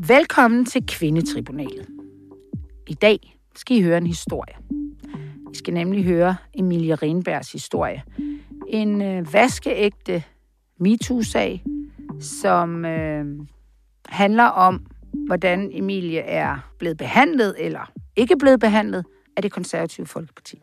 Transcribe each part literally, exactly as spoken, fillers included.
Velkommen til Kvindetribunalet. I dag skal I høre en historie. I skal nemlig høre Emilie Renbergs historie. En øh, vaskeægte MeToo-sag, som øh, handler om, hvordan Emilie er blevet behandlet, eller ikke blevet behandlet, af Det Konservative Folkeparti.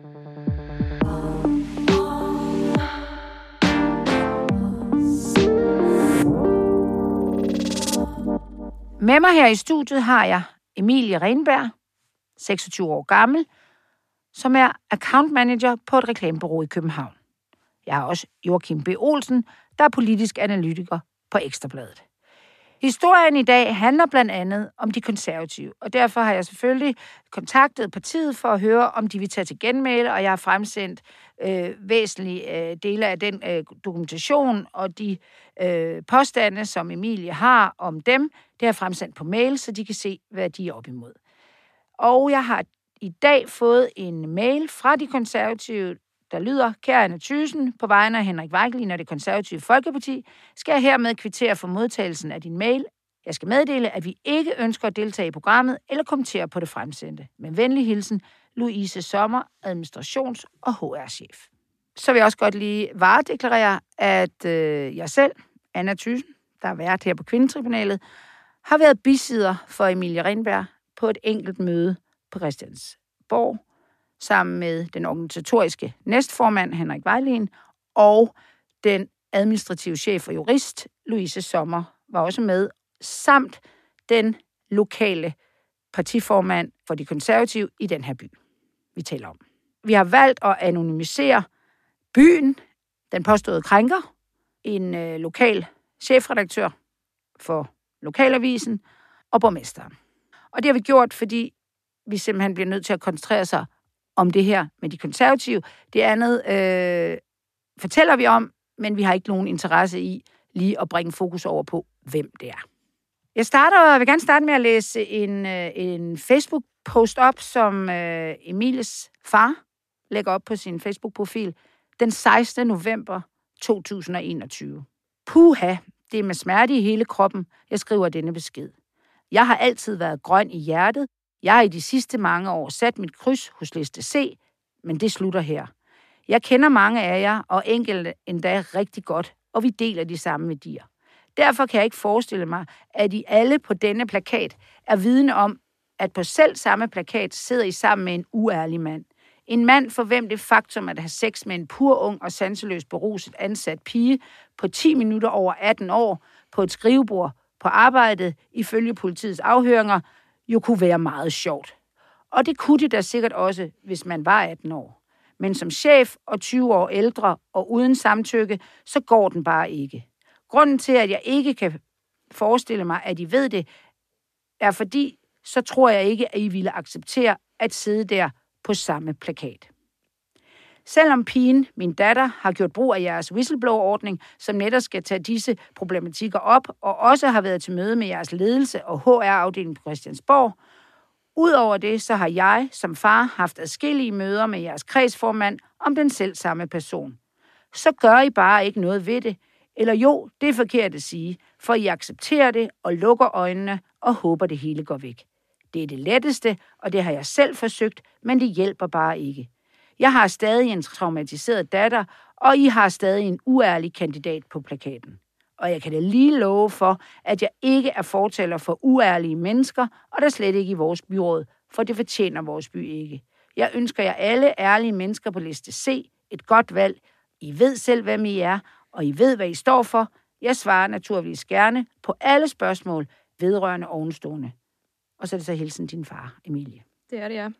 Med mig her i studiet har jeg Emilie Renberg, seksogtyve år gammel, som er account manager på et reklamebureau i København. Jeg har også Joachim B. Olsen, der er politisk analytiker på Ekstra Bladet. Historien i dag handler blandt andet om de konservative, og derfor har jeg selvfølgelig kontaktet partiet for at høre, om de vil tage til genmæle, og jeg har fremsendt øh, væsentlige øh, dele af den øh, dokumentation og de øh, påstande, som Emilie har om dem. Det har jeg fremsendt på mail, så de kan se, hvad de er op imod. Og jeg har i dag fået en mail fra de konservative, der lyder: Kære Anna Thyssen, på vegne af Henrik Weigelin og Det Konservative Folkeparti, skal jeg hermed kvittere for modtagelsen af din mail. Jeg skal meddele, at vi ikke ønsker at deltage i programmet eller kommentere på det fremsendte. Med venlig hilsen, Louise Sommer, administrations- og H R-chef. Så vil jeg også godt lige varedeklarere, at øh, jeg selv, Anna Thyssen, der har været her på Kvindetribunalet, har været bisidder for Emilie Renberg på et enkelt møde på Christiansborg, sammen med den organisatoriske næstformand, Henrik Weigelin, og den administrative chef og jurist, Louise Sommer, var også med, samt den lokale partiformand for de konservative i den her by, vi taler om. Vi har valgt at anonymisere byen, den påståede krænker, en øh, lokal chefredaktør for lokalavisen og borgmesteren. Og det har vi gjort, fordi vi simpelthen bliver nødt til at koncentrere sig om det her med de konservative. Det andet øh, fortæller vi om, men vi har ikke nogen interesse i lige at bringe fokus over på, hvem det er. Jeg starter, jeg vil gerne starte med at læse en, øh, en Facebook-post op, som øh, Emilies far lægger op på sin Facebook-profil den sekstende november to tusind og enogtyve. Puha, det er med smerte i hele kroppen, jeg skriver denne besked. Jeg har altid været grøn i hjertet. Jeg har i de sidste mange år sat mit kryds hos liste C, men det slutter her. Jeg kender mange af jer, og enkelte endda rigtig godt, og vi deler de samme værdier. Derfor kan jeg ikke forestille mig, at I alle på denne plakat er vidne om, at på selv samme plakat sidder I sammen med en uærlig mand. En mand, for hvem det faktum at have sex med en pur ung og sanseløst beruset ansat pige på ti minutter over atten år på et skrivebord på arbejdet ifølge politiets afhøringer, jo kunne være meget sjovt. Og det kunne det da sikkert også, hvis man var atten år. Men som chef og tyve år ældre og uden samtykke, så går den bare ikke. Grunden til, at jeg ikke kan forestille mig, at I ved det, er fordi, så tror jeg ikke, at I ville acceptere at sidde der på samme plakat. Selvom pigen, min datter, har gjort brug af jeres whistleblower-ordning, som netop skal tage disse problematikker op, og også har været til møde med jeres ledelse og H R-afdeling på Christiansborg. Udover det, så har jeg som far haft adskillige møder med jeres kredsformand om den selv samme person. Så gør I bare ikke noget ved det. Eller jo, det er forkert at sige, for I accepterer det og lukker øjnene og håber, det hele går væk. Det er det letteste, og det har jeg selv forsøgt, men det hjælper bare ikke. Jeg har stadig en traumatiseret datter, og I har stadig en uærlig kandidat på plakaten. Og jeg kan da lige love for, at jeg ikke er fortaler for uærlige mennesker, og der slet ikke i vores byråd, for det fortjener vores by ikke. Jeg ønsker jer alle ærlige mennesker på liste C et godt valg. I ved selv, hvem I er, og I ved, hvad I står for. Jeg svarer naturligvis gerne på alle spørgsmål vedrørende ovenstående. Og så er det så hilsen din far, Emilie. Det er det, ja.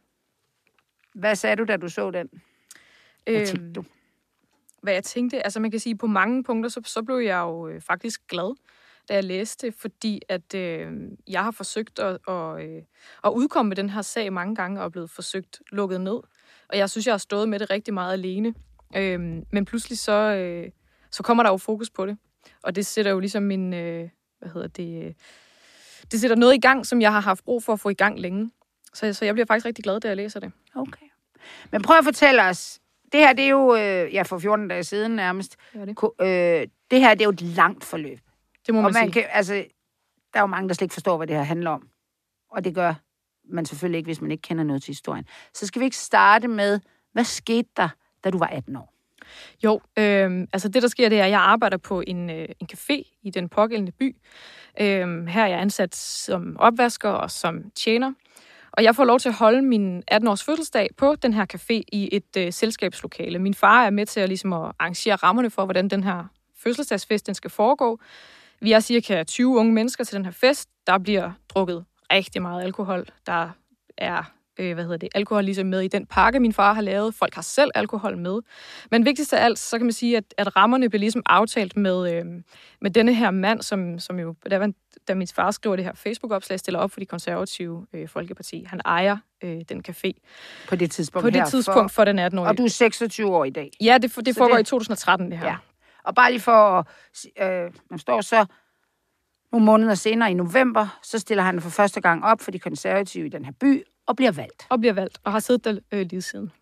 Hvad sagde du, da du så den? Hvad øhm, tænkte du? Hvad jeg tænkte? Altså man kan sige, på mange punkter, så, så blev jeg jo øh, faktisk glad, da jeg læste det, fordi at øh, jeg har forsøgt at, at, øh, at udkomme med den her sag mange gange, og er blevet forsøgt lukket ned. Og jeg synes, jeg har stået med det rigtig meget alene. Øhm, men pludselig så, øh, så kommer der jo fokus på det. Og det sætter jo ligesom min, øh, hvad hedder det, øh, det sætter noget i gang, som jeg har haft brug for at få i gang længe. Så, så jeg bliver faktisk rigtig glad, da jeg læser det. Okay. Men prøv at fortælle os, det her det er jo, øh, ja for fjorten dage siden nærmest, det. Ko, øh, det her det er jo et langt forløb. Det må man, og man sige. Kan, altså, der er jo mange, der slet ikke forstår, hvad det her handler om. Og det gør man selvfølgelig ikke, hvis man ikke kender noget til historien. Så skal vi ikke starte med, hvad skete der, da du var atten år? Jo, øh, altså det, der sker, det er, at jeg arbejder på en, øh, en café i den pågældende by. Øh, her er jeg ansat som opvasker og som tjener. Og jeg får lov til at holde min atten-års fødselsdag på den her café i et øh, selskabslokale. Min far er med til at, ligesom, at arrangere rammerne for, hvordan den her fødselsdagsfest den skal foregå. Vi er cirka tyve unge mennesker til den her fest. Der bliver drukket rigtig meget alkohol. Der er øh, hvad hedder det, alkohol ligesom med i den pakke, min far har lavet. Folk har selv alkohol med. Men vigtigst af alt, så kan man sige, at, at rammerne bliver ligesom aftalt med, øh, med denne her mand, som, som jo, da, da min far skriver det her Facebook-opslag, stiller op for de konservative øh, Folkeparti. Han ejer øh, den café. På det tidspunkt På det tidspunkt for, for den attenårige. Og du er seksogtyve år i dag. Ja, det, det foregår det, i to tusind og tretten, det her. Ja. Og bare lige for, øh, man står så nogle måneder senere i november, så stiller han for første gang op for de konservative i den her by, og bliver valgt. Og bliver valgt, og har siddet der øh, lige siden.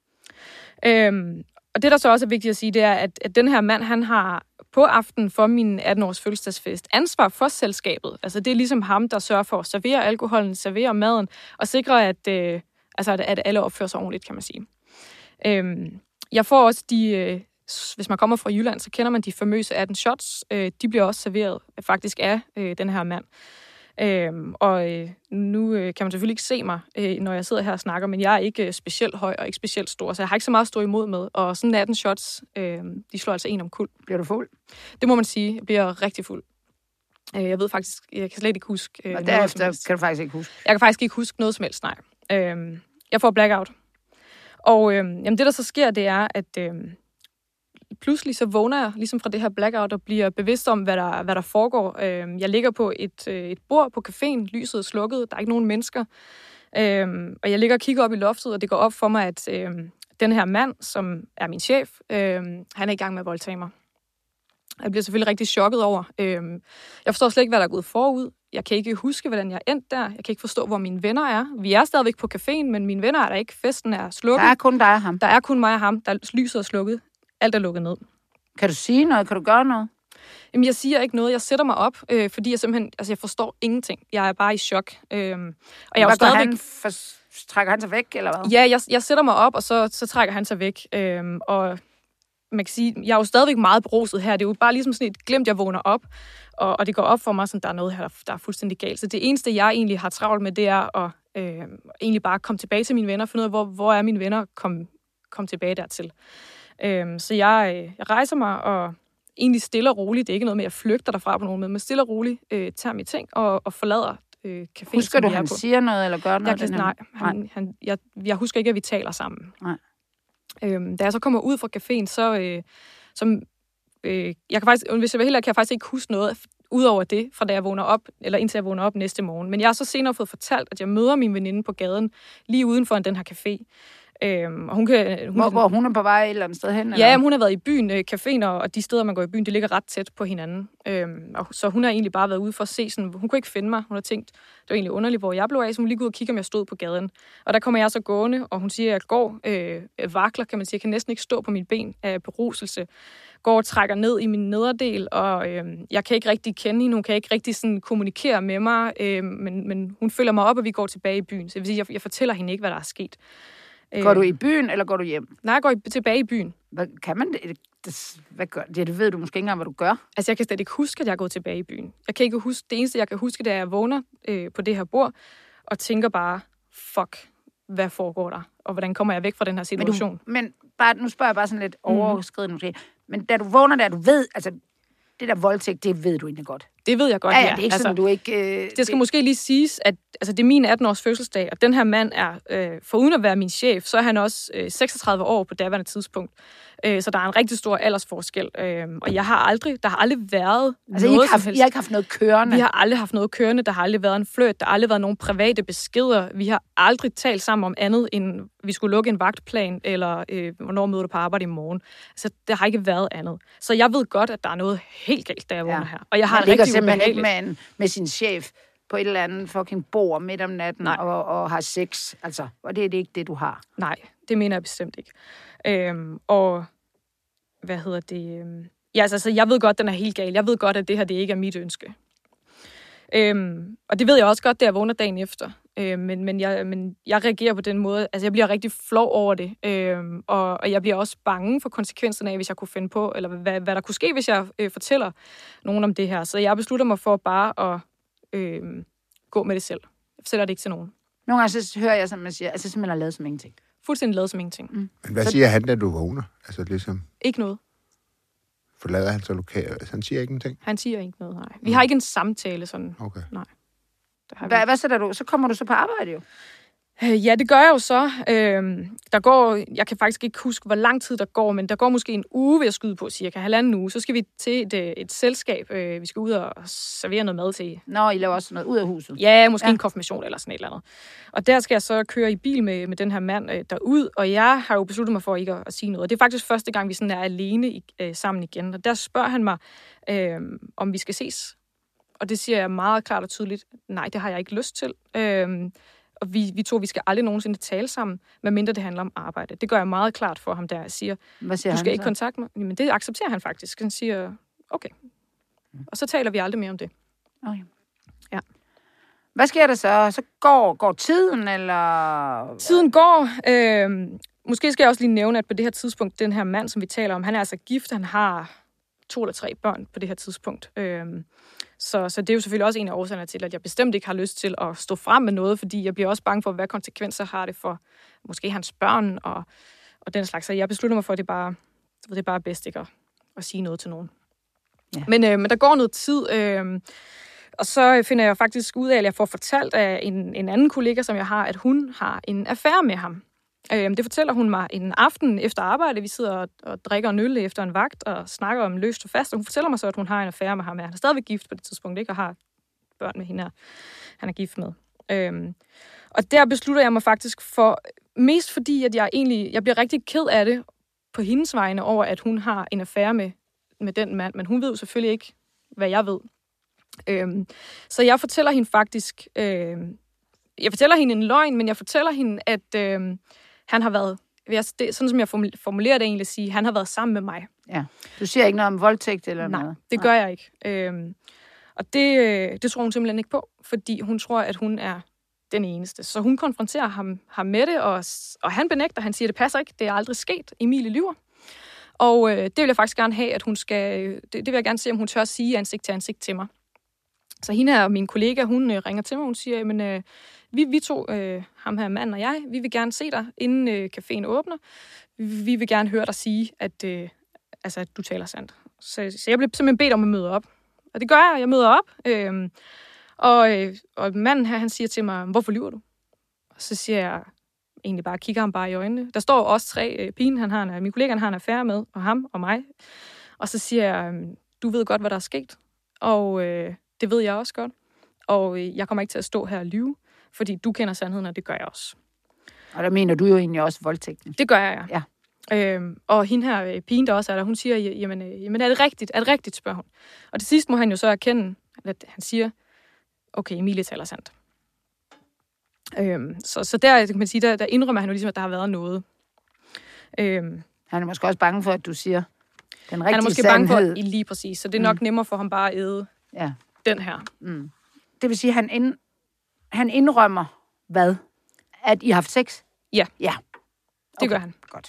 Øhm, og det, der så også er vigtigt at sige, det er, at, at den her mand, han har på aftenen for min atten-års fødselsdagsfest ansvar for selskabet. Altså det er ligesom ham, der sørger for at servere alkoholen, servere maden, og sikre, at, øh, altså, at, at alle opfører sig ordentligt, kan man sige. Øhm, jeg får også de... Øh, Hvis man kommer fra Jylland, så kender man de famøse atten shots. Øh, de bliver også serveret faktisk af øh, den her mand. Øh, og øh, nu øh, kan man selvfølgelig ikke se mig, øh, når jeg sidder her og snakker, men jeg er ikke øh, specielt høj og ikke specielt stor, så jeg har ikke så meget at stå imod med. Og sådan atten shots, øh, de slår altså en om kul. Bliver du fuld? Det må man sige. Jeg bliver rigtig fuld. Øh, jeg ved faktisk, jeg kan slet ikke huske øh, og derefter kan du faktisk ikke huske? Jeg kan faktisk ikke huske noget som helst, nej. Øh, jeg får blackout. Og øh, jamen, det, der så sker, det er, at... Øh, Pludselig så vågner jeg ligesom fra det her blackout og bliver bevidst om, hvad der, hvad der foregår. Jeg ligger på et, et bord på caféen, lyset er slukket, der er ikke nogen mennesker. Og jeg ligger og kigger op i loftet, og det går op for mig, at den her mand, som er min chef, han er i gang med at voldtage mig. Jeg bliver selvfølgelig rigtig chokket over. Jeg forstår slet ikke, hvad der er gået forud. Jeg kan ikke huske, hvordan jeg endte der. Jeg kan ikke forstå, hvor mine venner er. Vi er stadigvæk på caféen, men mine venner er der ikke. Festen er slukket. Der er kun dig og ham. Der er kun mig og ham. Der er lyset er slukket. Alt er lukket ned. Kan du sige noget? Kan du gøre noget? Jamen, jeg siger ikke noget. Jeg sætter mig op, øh, fordi jeg simpelthen, altså jeg forstår ingenting. Jeg er bare i chok. Øh, og jeg hvad stadigvæk... han? For, trækker han sig væk, eller hvad? Ja, jeg, jeg sætter mig op, og så, så trækker han sig væk. Øh, og man kan sige, jeg er jo stadigvæk meget beruset her. Det er jo bare ligesom sådan et glimt, jeg vågner op, og, og det går op for mig, sådan der er noget her, der, der er fuldstændig galt. Så det eneste, jeg egentlig har travlt med, det er at øh, egentlig bare komme tilbage til mine venner, finde ud af, hvor, hvor er mine venner, kom, kom tilbage dertil. Øhm, så jeg, jeg rejser mig og egentlig stille og roligt, det er ikke noget med, at jeg flygter derfra på nogen måde, men stille og roligt øh, tager mine ting og, og forlader øh, caféen. Husker du, han siger noget eller gør noget? Jeg kan, nej, han, han, jeg, jeg husker ikke, at vi taler sammen. Nej. Øhm, da jeg så kommer ud fra caféen, så... Øh, som, øh, jeg kan faktisk, hvis jeg vil helt kan jeg faktisk ikke huske noget, udover det, fra da jeg vågner op, eller indtil jeg vågner op næste morgen. Men jeg har så senere fået fortalt, at jeg møder min veninde på gaden, lige uden for den her café. Øhm, og hun kan, hun hvor, hvor hun er på vej et eller andet sted hen? Ja, jamen, hun har været i byen, øh, caféen og, og de steder, man går i byen, de ligger ret tæt på hinanden. Øhm, og, så hun har egentlig bare været ude for at se sådan, hun kunne ikke finde mig. Hun har tænkt, det var egentlig underligt, hvor jeg blev af, så hun lige gå ud og kigge, om jeg stod på gaden. Og der kommer jeg så gående, og hun siger, at jeg går øh, vakler, kan man sige. Jeg kan næsten ikke stå på mine ben af beruselse. Går og trækker ned i min nederdel, og øh, jeg kan ikke rigtig kende hende. Hun kan ikke rigtig sådan kommunikere med mig, øh, men, men hun følger mig op, og vi går tilbage i byen. Så det vil sige, jeg, jeg fortæller hende ikke, hvad der er sket. Går du i byen, eller går du hjem? Nej, jeg går i, tilbage i byen. Hvad, kan man det? det hvad gør det? Det ved du måske ikke engang, hvad du gør. Altså, jeg kan slet ikke huske, at jeg er gået tilbage i byen. Jeg kan ikke huske, det eneste, jeg kan huske, det er, at jeg vågner øh, på det her bord, og tænker bare, fuck, hvad foregår der? Og hvordan kommer jeg væk fra den her situation? Men, du, men bare, nu spørger jeg bare sådan lidt overskridende måske. Men da du vågner der, du ved, altså, det der voldtægt, det ved du egentlig godt. Det ved jeg godt, ja. ja. ja det er ikke altså, sådan, du ikke... Øh, det skal det... måske lige siges, at altså, det er min atten-års fødselsdag, og den her mand er, øh, foruden at være min chef, så er han også øh, seksogtredive år på daværende tidspunkt. Øh, så der er en rigtig stor aldersforskel. Øh, og jeg har aldrig, der har aldrig været altså, noget I har, I har ikke haft noget kørende? Vi har aldrig haft noget kørende. Der har aldrig været en flirt. Der har aldrig været nogen private beskeder. Vi har aldrig talt sammen om andet, end vi skulle lukke en vagtplan, eller øh, hvornår møder du på arbejde i morgen. Altså, der har ikke været andet. Så jeg ved godt, at der er noget helt galt, da jeg vågner ja. her. Og jeg har Man ligger simpelthen ikke med, en, med sin chef på et eller andet fucking bord midt om natten og, og har sex. Altså, og det er det ikke det, du har. Nej, det mener jeg bestemt ikke. Øhm, og hvad hedder det? Ja, altså, jeg ved godt, den er helt gal. Jeg ved godt, at det her, det ikke er mit ønske. Øhm, og det ved jeg også godt, da jeg vågner dagen efter. Øhm, men, men, jeg, men jeg reagerer på den måde. Altså, jeg bliver rigtig flov over det. Øhm, og, og jeg bliver også bange for konsekvenserne af, hvis jeg kunne finde på, eller hvad, hvad der kunne ske, hvis jeg øh, fortæller nogen om det her. Så jeg beslutter mig for bare at øh, gå med det selv. Jeg fortæller det ikke til nogen. Nogle gange så hører jeg, som man siger, altså simpelthen har lavet som ingenting. Fuldstændig lavet som ingenting. Mm. Men hvad så... siger han, da du vågner? Altså ligesom... Ikke noget. Forlader han så lokalt? Altså, han siger ikke ingenting? Han siger ikke noget, nej. Vi har ikke en samtale sådan. Okay. Nej. Hvad, hvad så, du? Så kommer du så på arbejde jo? Ja, det gør jeg jo så. Øhm, der går, jeg kan faktisk ikke huske, hvor lang tid der går, men der går måske en uge, vil jeg skyde på, cirka halvanden uge. Så skal vi til et, et selskab. Øh, vi skal ud og servere noget mad til. Nå, I laver også noget ud af huset? Ja, måske ja. En konfirmation eller sådan et eller andet. Og der skal jeg så køre i bil med, med den her mand øh, derud, og jeg har jo besluttet mig for ikke at, at sige noget. Og det er faktisk første gang, vi sådan er alene i, øh, sammen igen. Og der spørger han mig, øh, om vi skal ses. Og det siger jeg meget klart og tydeligt. Nej, det har jeg ikke lyst til. Øh, Og vi, vi to, vi skal aldrig nogensinde tale sammen, medmindre det handler om arbejde. Det gør jeg meget klart for ham, der jeg siger, Hvad siger du skal han ikke så? kontakte mig. Men det accepterer han faktisk. Han siger, okay. Og så taler vi aldrig mere om det. Okay. Ja. Hvad sker der så? Så går, går tiden, eller... Tiden går. Øh, måske skal jeg også lige nævne, at på det her tidspunkt, den her mand, som vi taler om, han er altså gift. Han har to eller tre børn på det her tidspunkt. Øh, Så, så det er jo selvfølgelig også en af årsagerne til, at jeg bestemt ikke har lyst til at stå frem med noget, fordi jeg bliver også bange for, hvad konsekvenser har det for måske hans børn og, og den slags. Så jeg beslutter mig for, at det bare det er bare bedst ikke at, at sige noget til nogen. Ja. Men, øh, men der går noget tid, øh, og så finder jeg faktisk ud af, at jeg får fortalt af en, en anden kollega, som jeg har, at hun har en affære med ham. Øh, det fortæller hun mig en aften efter arbejde. Vi sidder og, og drikker en øl efter en vagt og snakker om løst og fast. Og hun fortæller mig så, at hun har en affære med ham. Han er stadigvæk gift på det tidspunkt, ikke? Og har børn med hende, han er gift med. Øhm, og der beslutter jeg mig faktisk for, mest fordi, at jeg egentlig jeg bliver rigtig ked af det på hendes vegne over, at hun har en affære med, med den mand. Men hun ved jo selvfølgelig ikke, hvad jeg ved. Øhm, så jeg fortæller hende faktisk... Øhm, jeg fortæller hende en løgn, men jeg fortæller hende, at... Øhm, han har været, sådan som jeg formulerer det egentlig, at sige, han har været sammen med mig. Ja. Du siger ikke noget om voldtægt eller Nej, noget? det gør jeg ikke. Øhm, og det, det tror hun simpelthen ikke på, fordi hun tror, at hun er den eneste. Så hun konfronterer ham, ham med det, og, og han benægter, han siger, at det passer ikke, det er aldrig sket. Emilie lyver. Og øh, det vil jeg faktisk gerne have, at hun skal, det, det vil jeg gerne se, om hun tør at sige ansigt til ansigt til mig. Så hende her, min kollega, hun øh, ringer til mig, hun siger, men øh, vi, vi to, øh, ham her mand og jeg, vi vil gerne se dig, inden øh, caféen åbner. Vi, vi vil gerne høre dig sige, at, øh, altså, at du taler sandt. Så, så jeg blev simpelthen bedt om at møde op. Og det gør jeg, jeg møder op. Øh, og, øh, og manden her, han siger til mig, hvorfor lyver du? Og så siger jeg, egentlig bare, kigger ham bare i øjnene. Der står også tre øh, pigen, han har en, min kollega han har en affære med, og ham og mig. Og så siger jeg, du ved godt, hvad der er sket. Og... Øh, Det ved jeg også godt. Og jeg kommer ikke til at stå her og lyve, fordi du kender sandheden, og det gør jeg også. Og der mener du jo egentlig også voldtægten. Det gør jeg, ja. ja. Øhm, og hende her, pigen der også er der, hun siger, jamen, jamen er det rigtigt? Er det rigtigt, spørger hun. Og til sidst må han jo så erkende, at han siger, okay, Emilie taler sandt. Øhm, så, så der kan man sige, der, der indrømmer han jo ligesom, at der har været noget. Øhm, han er måske også bange for, at du siger den rigtige sandhed. Han er måske sandhed. bange for, lige præcis. Så det er nok mm. nemmere for ham bare at æde ja. den her. Mm. Det vil sige, at han, ind, han indrømmer hvad? At I har haft sex? Ja. Ja. Okay. Det gør han. Godt.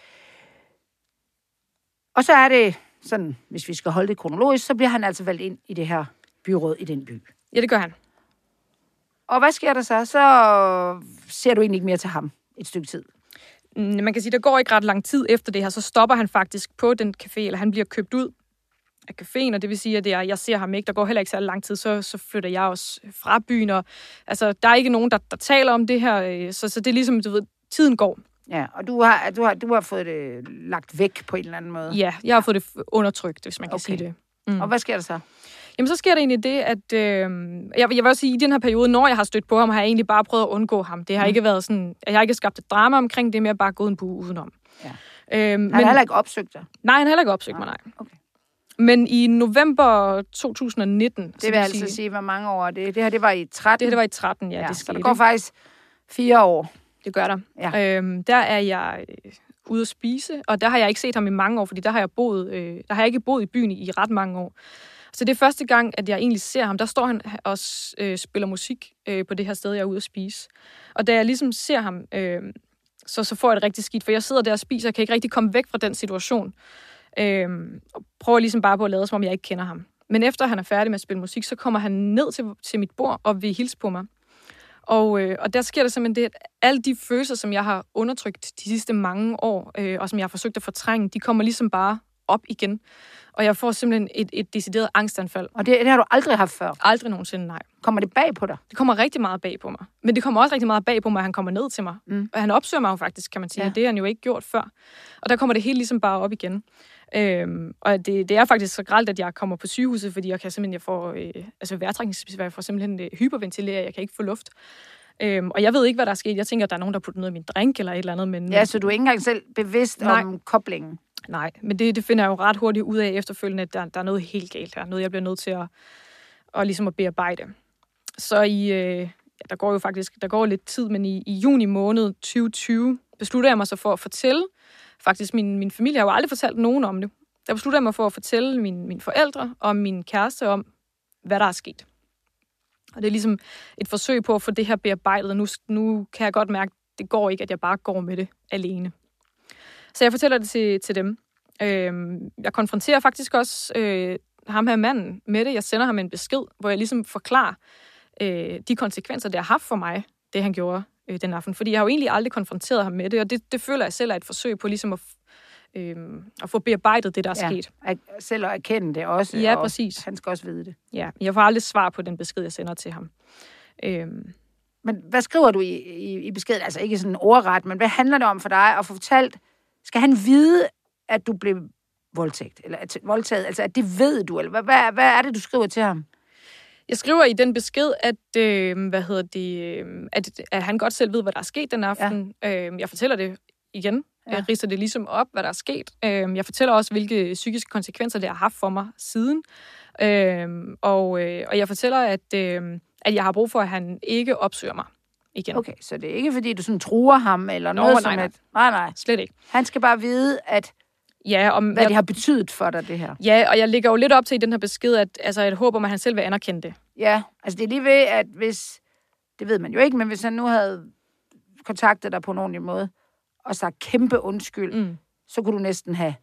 Og så er det sådan, hvis vi skal holde det kronologisk, så bliver han altså valgt ind i det her byråd i den by. Ja, det gør han. Og hvad sker der så? Så ser du egentlig ikke mere til ham et stykke tid. Man kan sige, der går ikke ret lang tid efter det her, så stopper han faktisk på den café, eller han bliver købt ud af caféen, og det vil sige, at det er, jeg ser ham ikke. Der går heller ikke så lang tid, så, så flytter jeg også fra byen, og altså, der er ikke nogen, der, der taler om det her, så, så det er ligesom, du ved, tiden går. Ja, og du har, du har, du har fået det lagt væk på en eller anden måde. Ja, jeg har fået det undertrykt, hvis man kan okay. sige det. Mm. Og hvad sker der så? Jamen, så sker der egentlig det, at øh, jeg, jeg vil også sige, at i den her periode, når jeg har stødt på ham, har jeg egentlig bare prøvet at undgå ham. Det har mm. ikke været sådan, jeg har ikke skabt et drama omkring det, men jeg har bare gået en bue udenom. Ja. Øhm, han men, har heller ikke opsøgt dig? Nej, han har heller ikke opsøgt ja. mig, nej. Okay. Men i november to tusind nitten... Det vil altså sige, sige, hvor mange år det Det her, det var i tretten? Det her, det var i tretten, ja. ja det så der går faktisk fire år. Det gør der. Ja. Øhm, der er jeg øh, ude at spise, og der har jeg ikke set ham i mange år, fordi der har jeg boet, øh, der har jeg ikke boet i byen i, i ret mange år. Så det er første gang, at jeg egentlig ser ham. Der står han og øh, spiller musik øh, på det her sted, jeg er ude at spise. Og da jeg ligesom ser ham, øh, så, så får jeg det rigtig skidt, for jeg sidder der og spiser, og kan ikke rigtig komme væk fra den situation. Øh, og prøver ligesom bare på at lade, som om jeg ikke kender ham. Men efter han er færdig med at spille musik, så kommer han ned til, til mit bord og vil hilse på mig. Og, øh, og der sker der simpelthen det, at alle de følelser, som jeg har undertrykt de sidste mange år, øh, og som jeg har forsøgt at fortrænge, de kommer ligesom bare op igen. Og jeg får simpelthen et, et decideret angstanfald. Og det, det har du aldrig haft før? Aldrig nogensinde, nej. Kommer det bag på dig? Det kommer rigtig meget bag på mig. Men det kommer også rigtig meget bag på mig, at han kommer ned til mig. Mm. Og han opsøger mig jo faktisk, kan man sige. Ja. Det har han jo ikke gjort før. Og der kommer det hele ligesom bare op igen. Øhm, og det, det er faktisk så grelt, at jeg kommer på sygehuset, fordi jeg kan simpelthen, jeg får, øh, altså vejrtrækningsbesvær, jeg får simpelthen øh, hyperventilere, jeg kan ikke få luft. Øhm, og jeg ved ikke, hvad der er sket. Jeg tænker, at der er nogen, der har puttet noget i min drink eller et eller andet. Men, ja, så du er ikke engang selv bevidst nej. om koblingen? Nej, men det, det finder jeg jo ret hurtigt ud af efterfølgende, at der, der er noget helt galt her. Noget, jeg bliver nødt til at, at, ligesom at bearbejde. Så i, øh, ja, der går jo faktisk der går lidt tid, men i, i juni måned tyve tyve beslutter jeg mig så for at fortælle. Faktisk, min, min familie har jo aldrig fortalt nogen om det. Der beslutter jeg mig for at fortælle mine, mine forældre og min kæreste om, hvad der er sket. Og det er ligesom et forsøg på at få det her bearbejdet. Nu, nu kan jeg godt mærke, at det går ikke, at jeg bare går med det alene. Så jeg fortæller det til, til dem. Øh, jeg konfronterer faktisk også øh, ham her manden med det. Jeg sender ham en besked, hvor jeg ligesom forklarer øh, de konsekvenser, det har haft for mig, det han gjorde øh, den aften. Fordi jeg har jo egentlig aldrig konfronteret ham med det, og det, det føler jeg selv er et forsøg på ligesom at, øh, at få bearbejdet det, der er ja, sket. At selv at erkende det også. Ja, og præcis. Han skal også vide det. Ja, jeg får aldrig svar på den besked, jeg sender til ham. Øh, men hvad skriver du i, i, i beskeden? Altså ikke sådan ordret, men hvad handler det om for dig at få fortalt? Skal han vide, at du blev voldtaget? Eller at, voldtaget? Altså, at det ved du? Eller hvad, hvad, hvad er det, du skriver til ham? Jeg skriver i den besked, at, øh, hvad hedder det, øh, at, at han godt selv ved, hvad der er sket den aften. Ja. Øh, jeg fortæller det igen. Ja. Jeg ridser det ligesom op, hvad der er sket. Øh, jeg fortæller også, hvilke psykiske konsekvenser det har haft for mig siden. Øh, og, øh, og jeg fortæller, at, øh, at jeg har brug for, at han ikke opsøger mig igen. Okay, så det er ikke, fordi du sådan truer ham, eller Nå, noget nej, som nej. et... Nej, nej. Slet ikke. Han skal bare vide, at ja, om, hvad jeg, det har betydet for dig, det her. Ja, og jeg lægger jo lidt op til i den her besked, at altså, jeg håber, at han selv vil anerkende det. Ja, altså det er lige ved, at hvis... Det ved man jo ikke, men hvis han nu havde kontaktet dig på en ordentlig måde, og sagt kæmpe undskyld, mm. så kunne du næsten have...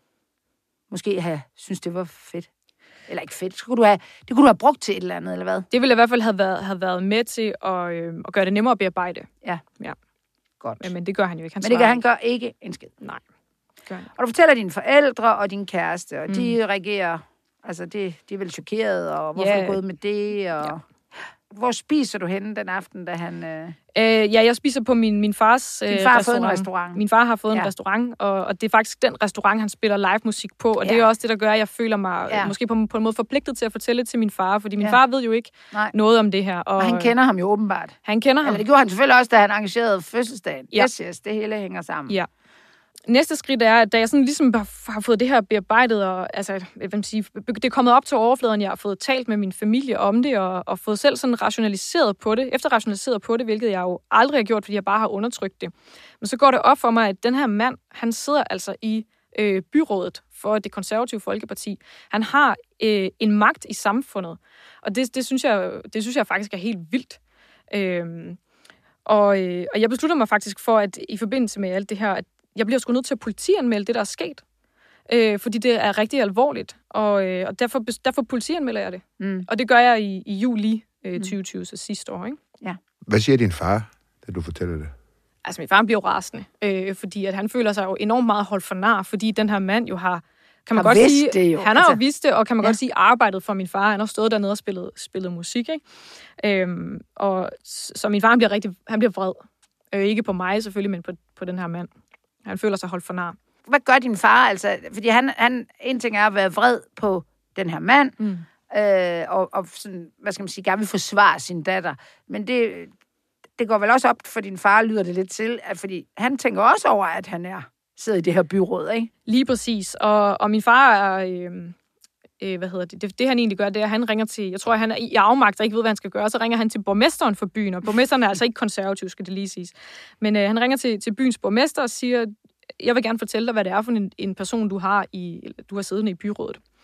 Måske have synes det var fedt. Eller ikke fedt. Så kunne du have, det kunne du have brugt til et eller andet, eller hvad? Det ville i hvert fald have været, have været med til at, øh, at gøre det nemmere at bearbejde. Ja. Ja. Godt. Men, men det gør han jo ikke. Han men det gør han gør ikke en skid. Nej. Gør han. Og du fortæller dine forældre og din kæreste, og mm. de reagerer... Altså, de, de er vel chokerede, og hvorfor yeah. er du gået med det, og... Ja. Hvor spiser du henne den aften, da han... Øh... Øh, ja, jeg spiser på min, min fars øh, Din far har restaurant. fået en restaurant. Min far har fået ja. en restaurant, og, og det er faktisk den restaurant, han spiller live musik på, og ja. det er også det, der gør, at jeg føler mig ja. måske på, på en måde forpligtet til at fortælle til min far, fordi min ja. far ved jo ikke Nej. noget om det her. Og, og han kender ham jo åbenbart. Han kender ham. Eller det gjorde han selvfølgelig også, da han arrangerede fødselsdagen. Ja. Yes, yes, det hele hænger sammen. Ja. Næste skridt er, at da jeg sådan ligesom har fået det her bearbejdet, og altså, jeg vil sige, det er kommet op til overfladen, jeg har fået talt med min familie om det, og, og fået selv sådan rationaliseret på det, efterrationaliseret på det, hvilket jeg jo aldrig har gjort, fordi jeg bare har undertrykt det. Men så går det op for mig, at den her mand, han sidder altså i øh, byrådet for Det Konservative Folkeparti. Han har øh, en magt i samfundet, og det, det, synes jeg, det synes jeg faktisk er helt vildt. Øh, og, øh, og jeg beslutter mig faktisk for, at i forbindelse med alt det her, at jeg bliver sgu nødt til at politianmelde det, der er sket. Øh, fordi det er rigtig alvorligt. Og, øh, og derfor, derfor politianmelder jeg det. Mm. Og det gør jeg i, i juli øh, tyve tyve, så sidste år. Ikke? Ja. Hvad siger din far, da du fortæller det? Altså, min far bliver jo rasende. Øh, fordi at han føler sig jo enormt meget holdt for nar, fordi den her mand jo har... Kan man har godt sige, det jo. Han har altså, jo vidst det, og kan man ja. godt sige, arbejdet for min far. Han har stået dernede og spillet, spillet musik. Ikke? Øhm, og så min far han bliver rigtig... Han bliver vred. Øh, ikke på mig selvfølgelig, men på, på den her mand. Han føler sig holdt for nar. Hvad gør din far? Altså, fordi han, han, en ting er at være vred på den her mand, mm. øh, og, og sådan, hvad skal man sige, gerne vil forsvare sin datter. Men det, det går vel også op for din far, lyder det lidt til, at fordi han tænker også over, at han er sidder i det her byråd, ikke? Lige præcis. Og, og min far er... Øh, øh, hvad hedder det? det? Det han egentlig gør, det er, at han ringer til... Jeg tror, at han er i afmagt og ikke ved, hvad han skal gøre. Så ringer han til borgmesteren for byen, og borgmesteren er altså ikke konservativ, skal det lige siges. Men øh, han ringer til, til byens borgmester og siger, jeg vil gerne fortælle dig, hvad det er for en, en person, du har, i, du har siddende i byrådet.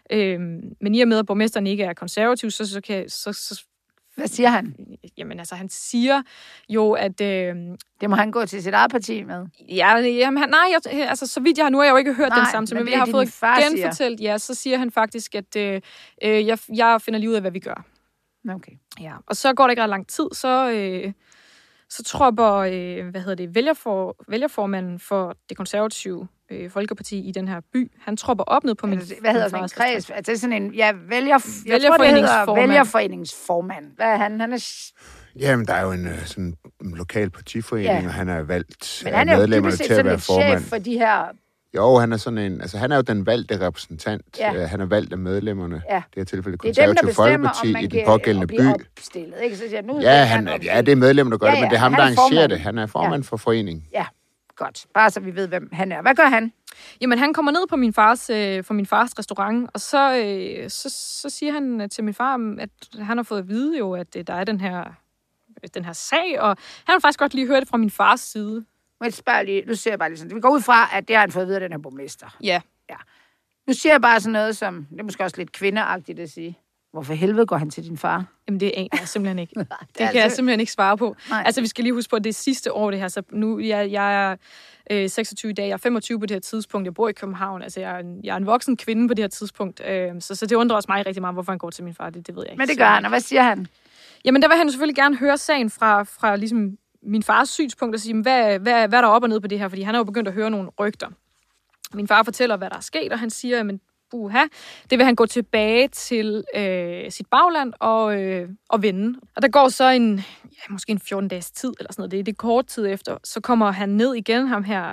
Øhm, men i og med, at borgmesteren ikke er konservativ, så, så kan... Så, så, Hvad siger han? Jamen altså, han siger jo, at... Øh, det må han gå til sit eget parti med. Ja, jamen, han, nej, jeg, altså, så vidt jeg har nu, har jeg jo ikke hørt nej, den samtale, men, men jeg har fået genfortalt, ja, så siger han faktisk, at øh, jeg, jeg finder lige ud af, hvad vi gør. Okay. Ja, og så går der ikke ret lang tid, så, øh, så tropper, øh, hvad hedder det, vælgerfor, vælgerformanden for det konservative øh, Folkeparti i den her by, han tropper op ned på min... Altså, hvad hedder sådan en kreds? Altså, det er sådan en, ja, vælger, vælgerforeningsformand. Vælgerforeningsformand. Hvad er han? Han er... Jamen, der er jo en sådan en lokal partiforening, ja. Og han er valgt men han er medlemmerne til at være formand. Chef for de her... Jo, han er sådan en... Altså, han er jo den valgte repræsentant. Ja. Han er valgt af medlemmerne. Ja. Det her tilfælde det konservative Folkeparti i den pågældende by. Opstillet, ikke? Så siger, nu ja, han, han ja, det er medlemmer, der gør ja, det, ja, men det er ham, han der er arrangerer formand. det. Han er formand ja. for foreningen. Ja, godt. Bare så vi ved, hvem han er. Hvad gør han? Jamen, han kommer ned på min fars, øh, for min fars restaurant, og så, øh, så, så siger han til min far, at han har fået at vide jo, at øh, der er den her, den her sag, og han har faktisk godt lige hørt det fra min fars side. Men spørg lige, nu ser jeg bare lige sådan, vi går ud fra, at det har han fået at vide af den her borgmester. Ja. ja. Nu siger jeg bare sådan noget, som, det er måske også lidt kvindeagtigt at sige, hvorfor helvede går han til din far? Jamen, det aner jeg simpelthen ikke. det det kan altså... jeg simpelthen ikke svare på. Nej. Altså, vi skal lige huske på, at det er sidste år, det her. Så nu, jeg, jeg er øh, seksogtyve i dag, jeg er femogtyve på det her tidspunkt, jeg bor i København. Altså, jeg er en, jeg er en voksen kvinde på det her tidspunkt. Øh, så, så det undrer også mig rigtig meget, hvorfor han går til min far. Det, det ved jeg ikke. Men det gør han, og hvad siger han? Jamen, der vil han selvfølgelig gerne høre sagen fra, fra ligesom min fars synspunkt og sige, hvad, hvad, hvad er der op og ned på det her? Fordi han har jo begyndt at høre nogle rygter. Min far fortæller, hvad der er sket, og han siger, men buha, det vil han gå tilbage til øh, sit bagland og, øh, og vende. Og der går så en, ja, måske en fjorten dages tid, eller sådan noget, det er det kort tid efter, så kommer han ned igen, ham her,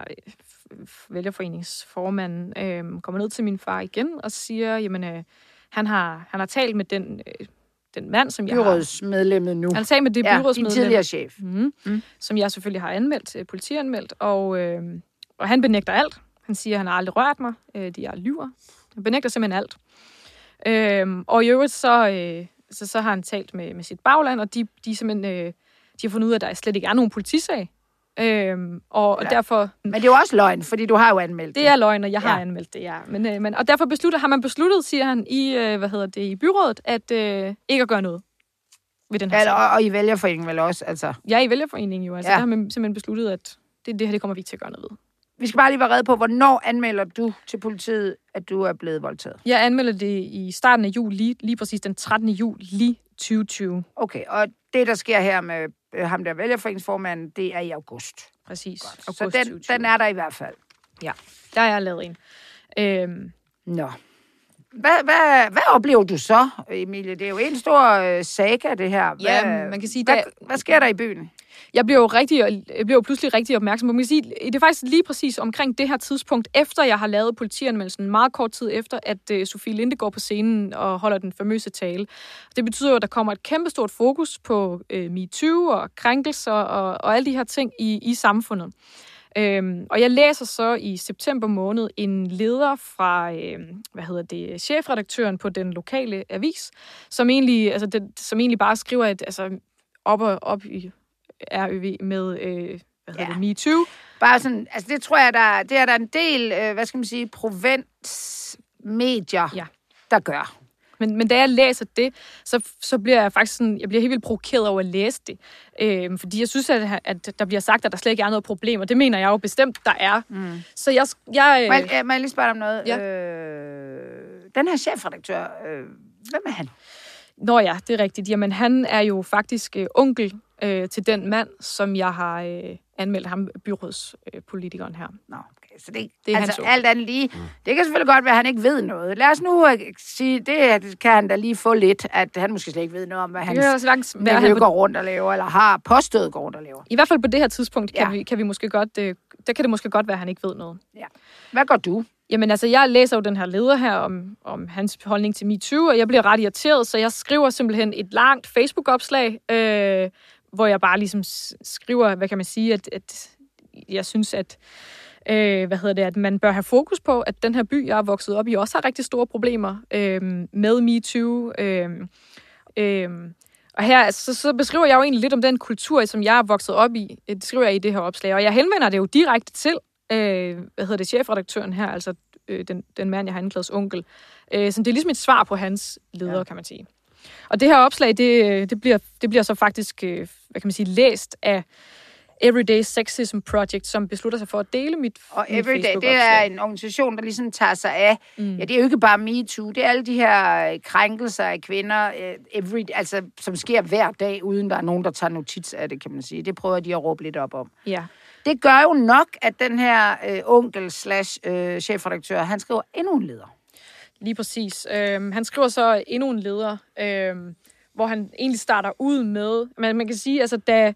vælgerforeningsformanden, øh, kommer ned til min far igen og siger, jamen, øh, han, har, han har talt med den... Øh, den mand, som jeg har... Byrådsmedlemmet nu. Han sagde med det ja, byrådsmedlem. din tidligere chef. Mm, mm. Som jeg selvfølgelig har anmeldt, politianmeldt, og, øh, og han benægter alt. Han siger, at han har aldrig rørt mig. Øh, de er lyver. Han benægter simpelthen alt. Øh, og i øvrigt, så, øh, så, så har han talt med, med sit bagland, og de, de, simpelthen, øh, de har fundet ud af, at der slet ikke er nogen politisag. Øhm, og, ja. og derfor... Men det er jo også løgn, fordi du har jo anmeldt det. Det er løgn, og jeg har ja. anmeldt det, ja. Men, øh, men, og derfor beslutter, har man besluttet, siger han, i, øh, hvad hedder det, i byrådet, at øh, ikke at gøre noget ved den her ja, sag. Og, og i vælgerforeningen vel også, altså. Ja, i vælgerforeningen jo. Altså, ja. der har man simpelthen besluttet, at det, det her, det kommer vi ikke til at gøre noget ved. Vi skal bare lige være rede på, hvornår anmelder du til politiet, at du er blevet voldtaget? Jeg anmelder det i starten af juli, lige, lige præcis den trettende juli tyve tyve. Okay, og det, der sker her med øh, ham der vælgerforeningsformanden, det er i august. Præcis. August så den, den er der i hvert fald. Ja, der er jeg lavet en. Øhm. Nå. Hvad, hvad, hvad oplever du så, Emilie? Det er jo en stor øh, saga, det her. Hvad, ja, man kan sige... Hvad, der... hvad sker der i byen? Jeg bliver jo rigtig, jeg bliver jo pludselig rigtig opmærksom på, man kan sige, det er faktisk lige præcis omkring det her tidspunkt, efter jeg har lavet politianmeldelsen, meget kort tid efter, at uh, Sofie Linde går på scenen og holder den famøse tale. Det betyder jo, at der kommer et kæmpestort fokus på uh, MeToo og krænkelser og, og alle de her ting i, i samfundet. Øhm, og jeg læser så i september måned en leder fra, øhm, hvad hedder det, chefredaktøren på den lokale avis, som egentlig, altså det, som egentlig bare skriver, at altså, op og op i R Ø V med, øh, hvad hedder ja. det, MeToo. Bare sådan, altså det tror jeg, der, det er der en del, øh, hvad skal man sige, provinsmedier, ja. der gør. Men, men da jeg læser det, så, så bliver jeg faktisk sådan, jeg bliver helt vildt provokeret over at læse det. Øhm, fordi jeg synes, at, at der bliver sagt, at der slet ikke er noget problem, og det mener jeg jo bestemt, der er. Mm. Så jeg... jeg må, jeg, må jeg lige spørge dig om noget? Ja. Øh, den her chefredaktør, øh, hvem er han? Nå ja, det er rigtigt. Jamen, han er jo faktisk øh, onkel øh, til den mand, som jeg har øh, anmeldt ham, byrådspolitikeren øh, her. Nå, okay. Så det, det er altså alt andet lige. Mm. Det kan selvfølgelig godt være, at han ikke ved noget. Lad os nu uh, sige, det kan han da lige få lidt, at han måske slet ikke ved noget om, hvad hans nevø går rundt og laver, eller har påstået går rundt og laver. I hvert fald på det her tidspunkt kan, ja. vi, kan vi måske godt, øh, der kan det måske godt være, at han ikke ved noget. Ja. Hvad gør du? Jamen altså, jeg læser jo den her leder her om, om hans holdning til MeToo, og jeg bliver ret irriteret, så jeg skriver simpelthen et langt Facebook-opslag, øh, hvor jeg bare ligesom skriver, hvad kan man sige, at, at jeg synes, at, øh, hvad hedder det, at man bør have fokus på, at den her by, jeg er vokset op i, også har rigtig store problemer øh, med MeToo. Øh, øh, og her så, så beskriver jeg jo egentlig lidt om den kultur, som jeg er vokset op i. Det skriver jeg i det her opslag, og jeg henvender det jo direkte til, Øh, hvad hedder det, chefredaktøren her, altså øh, den, den mand, jeg har anklaget onkel. Øh, så det er ligesom et svar på hans leder, ja. kan man sige. Og det her opslag, det, det, bliver, det bliver så faktisk, øh, hvad kan man sige, læst af Everyday Sexism Project, som beslutter sig for at dele mit Og Everyday, det er en organisation, der ligesom tager sig af, mm. ja, det er jo ikke bare MeToo, det er alle de her krænkelser af kvinder, every, altså, som sker hver dag, uden der er nogen, der tager notits af det, kan man sige. Det prøver de at råbe lidt op om. Ja. Det gør jo nok, at den her øh, onkel slash øh, chefredaktør, han skriver endnu en leder. Lige præcis. Øhm, han skriver så endnu en leder, øhm, hvor han egentlig starter ud med, man, man kan sige, altså da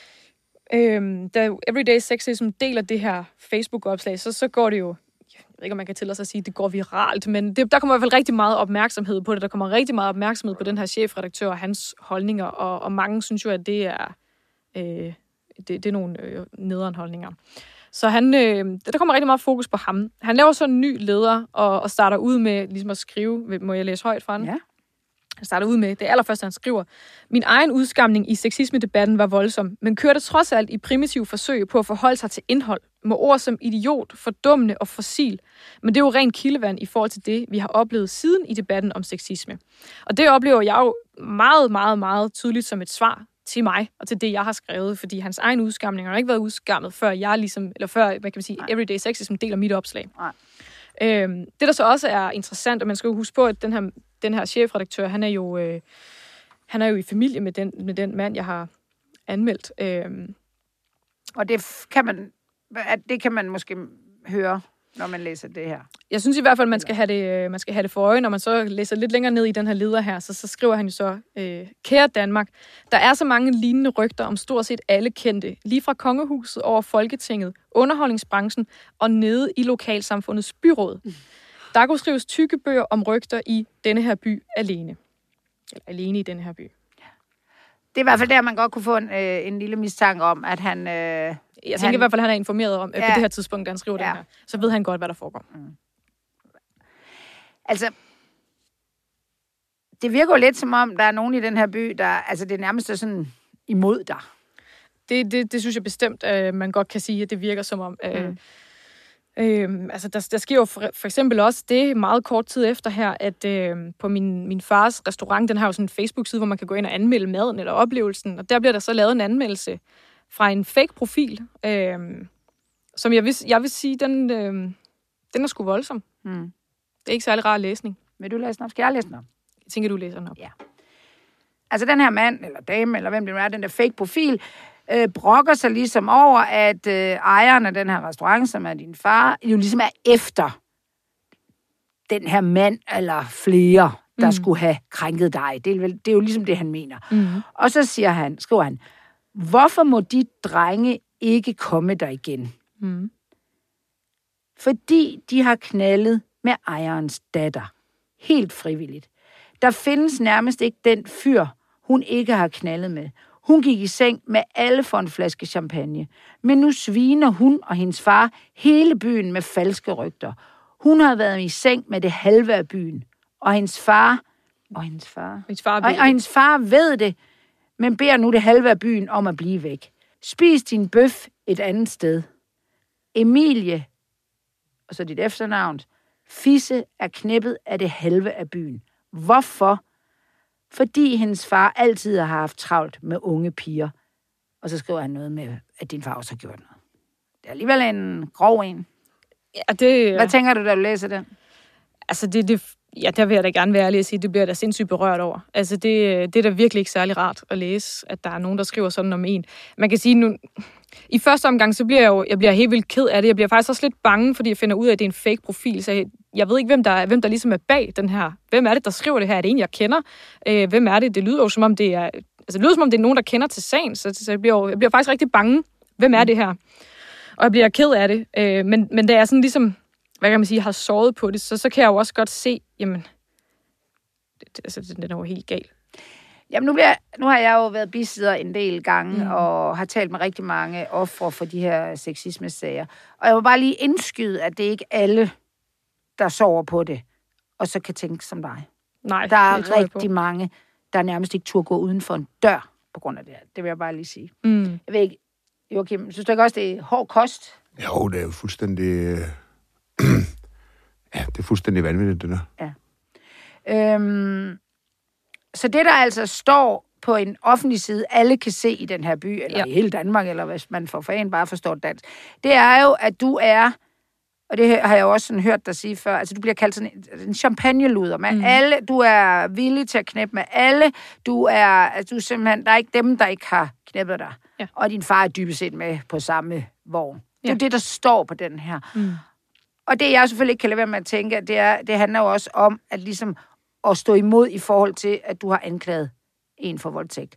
Øhm, da Everyday Sexism deler det her Facebook-opslag, så, så går det jo, jeg ved ikke, om man kan tillade sig at sige, at det går viralt, men det, der kommer i hvert fald rigtig meget opmærksomhed på det. Der kommer rigtig meget opmærksomhed på den her chefredaktør og hans holdninger, og, og mange synes jo, at det er, øh, det, det er nogle øh, nederen holdninger. Så han, øh, der kommer rigtig meget fokus på ham. Han laver så en ny leder, og, og starter ud med ligesom at skrive, må jeg læse højt fra den? Ja. Han starter ud med, det allerførste, han skriver: Min egen udskamning i sexisme-debatten var voldsom, men kørte trods alt i primitive forsøg på at forholde sig til indhold, med ord som idiot, fordummende og fossil. Men det er jo rent kildevand i forhold til det, vi har oplevet siden i debatten om sexisme. Og det oplever jeg jo meget, meget, meget tydeligt som et svar til mig, og til det, jeg har skrevet, fordi hans egen udskamning har ikke været udskammet, før jeg ligesom, eller før, hvad kan man sige, Nej. Everyday Sexism deler mit opslag. Nej. Øhm, det, der så også er interessant, og man skal jo huske på, at den her Den her chefredaktør, han er jo øh, han er jo i familie med den med den mand, jeg har anmeldt. Øhm. Og det kan man det kan man måske høre, når man læser det her. Jeg synes i hvert fald, man skal have det man skal have det for øje, når man så læser lidt længere ned i den her leder her, så så skriver han jo så: øh, Kære Danmark, der er så mange lignende rygter om stort set alle kendte, lige fra kongehuset over Folketinget, underholdningsbranchen og nede i lokalsamfundets byråd. Mm. Der kunne skrives tykke bøger om rygter i denne her by alene. Eller alene i denne her by. Det er i hvert fald der, man godt kunne få en, øh, en lille mistanke om, at han... Øh, jeg tænker han, i hvert fald, at han er informeret om, ja, på det her tidspunkt, da han skriver ja. den her. Så ved han godt, hvad der foregår. Mm. Altså, det virker jo lidt som om, der er nogen i den her by, der... Altså, det er nærmest sådan imod dig. Det, det, det synes jeg bestemt, øh, man godt kan sige, at det virker som om... Øh, mm. Øhm, altså der, der sker jo for, for eksempel også det meget kort tid efter her, at øh, på min, min fars restaurant, den har jo sådan en Facebook-side, hvor man kan gå ind og anmelde maden eller oplevelsen, og der bliver der så lavet en anmeldelse fra en fake-profil, øh, som jeg vil, jeg vil sige, den, øh, den er sgu voldsom. Mm. Det er ikke særlig rar læsning. Vil du læse den op? Skal jeg læse den op? Jeg tænker, du læser den op. Ja. Altså den her mand, eller dame, eller hvem det nu er, den der fake-profil, Øh, brokker sig ligesom over, at øh, ejeren af den her restaurant, som er din far, jo ligesom er efter den her mand eller flere, der mm. skulle have krænket dig. Det er, vel, det er jo ligesom det, han mener. Mm. Og så siger han, skriver han, hvorfor må de drenge ikke komme der igen? Mm. Fordi de har knaldet med ejerens datter. Helt frivilligt. Der findes nærmest ikke den fyr, hun ikke har knaldet med. Hun gik i seng med alle for en flaske champagne. Men nu sviner hun og hendes far hele byen med falske rygter. Hun har været i seng med det halve af byen. Og hendes far... Og hendes far... Hendes far og, og hendes far ved det, men beder nu det halve af byen om at blive væk. Spis din bøf et andet sted. Emilie, og så dit efternavn, Fisse er knippet af det halve af byen. Hvorfor? Fordi hendes far altid har haft travlt med unge piger. Og så skriver han noget med, at din far også har gjort noget. Det er alligevel en grov en. Ja, det... Hvad tænker du, da du læser den? Altså, det, det, ja, der vil jeg da gerne være ærlig at sige, det bliver jeg da sindssygt berørt over. Altså, det, det er da virkelig ikke særlig rart at læse, at der er nogen, der skriver sådan om en. Man kan sige nu... I første omgang, så bliver jeg jo jeg bliver helt vildt ked af det. Jeg bliver faktisk også lidt bange, fordi jeg finder ud af, at det er en fake profil. Så jeg, jeg ved ikke, hvem der, er, hvem der ligesom er bag den her. Hvem er det, der skriver det her? Er det en, jeg kender? Øh, hvem er det? Det lyder jo som om, det er... Altså, det lyder som om, det er nogen, der kender til sagen. Så, så jeg, bliver jo, jeg bliver faktisk rigtig bange. Hvem er det her? Og jeg bliver ked af det. Øh, men, men da jeg sådan ligesom, hvad kan man sige, har såret på det, så, så kan jeg jo også godt se, jamen... Det, altså, den er jo helt gal. Jamen, nu, bliver, nu har jeg jo været bisidder en del gange, mm. og har talt med rigtig mange ofre for de her sexisme-sager. Og jeg vil bare lige indskyde, at det er ikke alle, der sover på det, og så kan tænke som dig. Nej, der er rigtig mange, der nærmest ikke turde gå uden for en dør på grund af det her. Det vil jeg bare lige sige. Mm. Jeg ved ikke, Joachim, synes du ikke også, det er hård kost? Jo, det er jo fuldstændig... Ja, det er fuldstændig vanvittigt, det der. Ja. Øhm, så det, der altså står på en offentlig side, alle kan se i den her by, eller ja. i hele Danmark, eller hvis man for fanden bare forstår dansk, det er jo, at du er, og det har jeg jo også sådan hørt dig sige før, altså du bliver kaldt sådan en, en champagneluder med mm. alle, du er villig til at knæppe med alle, du er, altså du er simpelthen, der er ikke dem, der ikke har knæppet dig, ja. og din far er dybest set med på samme vogn. Ja. Det er det, der står på den her. Mm. Og det, jeg selvfølgelig ikke kan lade være med at tænke, det, er, det handler jo også om, at ligesom at stå imod i forhold til, at du har anklaget en for voldtægt.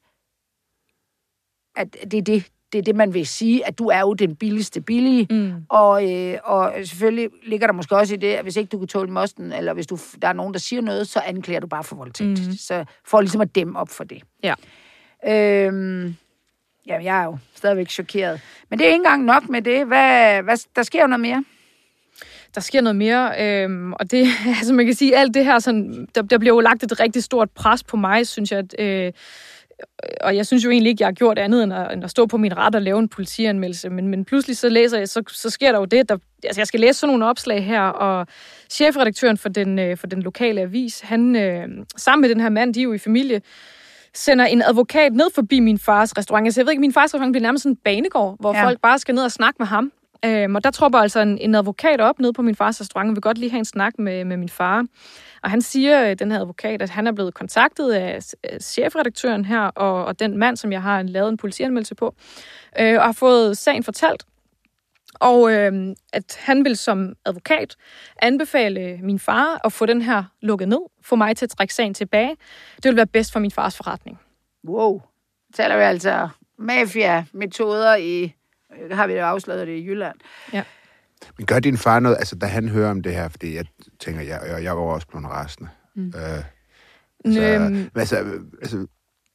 At det er det, det er det, man vil sige, at du er jo den billigste billige, mm. og, øh, og selvfølgelig ligger der måske også i det, at hvis ikke du kan tåle mosten, eller hvis du, der er nogen, der siger noget, så anklager du bare for voldtægt. Mm. Så får ligesom at dæmme op for det. Ja. Øhm, ja, jeg er jo stadigvæk chokeret. Men det er ikke engang nok med det. Hvad, hvad, der sker jo noget mere. Der sker noget mere, øhm, og det, altså man kan sige, alt det her, sådan, der, der bliver jo lagt et rigtig stort pres på mig, synes jeg, at, øh, og jeg synes jo egentlig ikke, jeg har gjort andet end at, end at stå på min ret og lave en politianmeldelse, men, men pludselig så læser jeg, så, så sker der jo det, der, altså jeg skal læse sådan nogle opslag her, og chefredaktøren for den, øh, for den lokale avis, han, øh, sammen med den her mand, de er jo i familie, sender en advokat ned forbi min fars restaurant. Altså jeg ved ikke, min fars restaurant bliver nærmest sådan en banegård, hvor ja. folk bare skal ned og snakke med ham. Øhm, og der tropper altså en, en advokat op nede på min fars restaurant, og vil godt lige have en snak med, med min far. Og han siger, den her advokat, at han er blevet kontaktet af chefredaktøren her, og, og den mand, som jeg har lavet en politianmeldelse på, øh, og har fået sagen fortalt. Og øh, at han vil som advokat anbefale min far at få den her lukket ned, få mig til at trække sagen tilbage. Det vil være bedst for min fars forretning. Wow. Taler vi altså mafia-metoder i... har vi jo afsløret det i Jylland. Ja. Men gør din far noget, altså da han hører om det her, fordi jeg tænker, jeg, jeg, jeg var også blevet rasende. Mm. Øh, altså, øhm. altså, altså,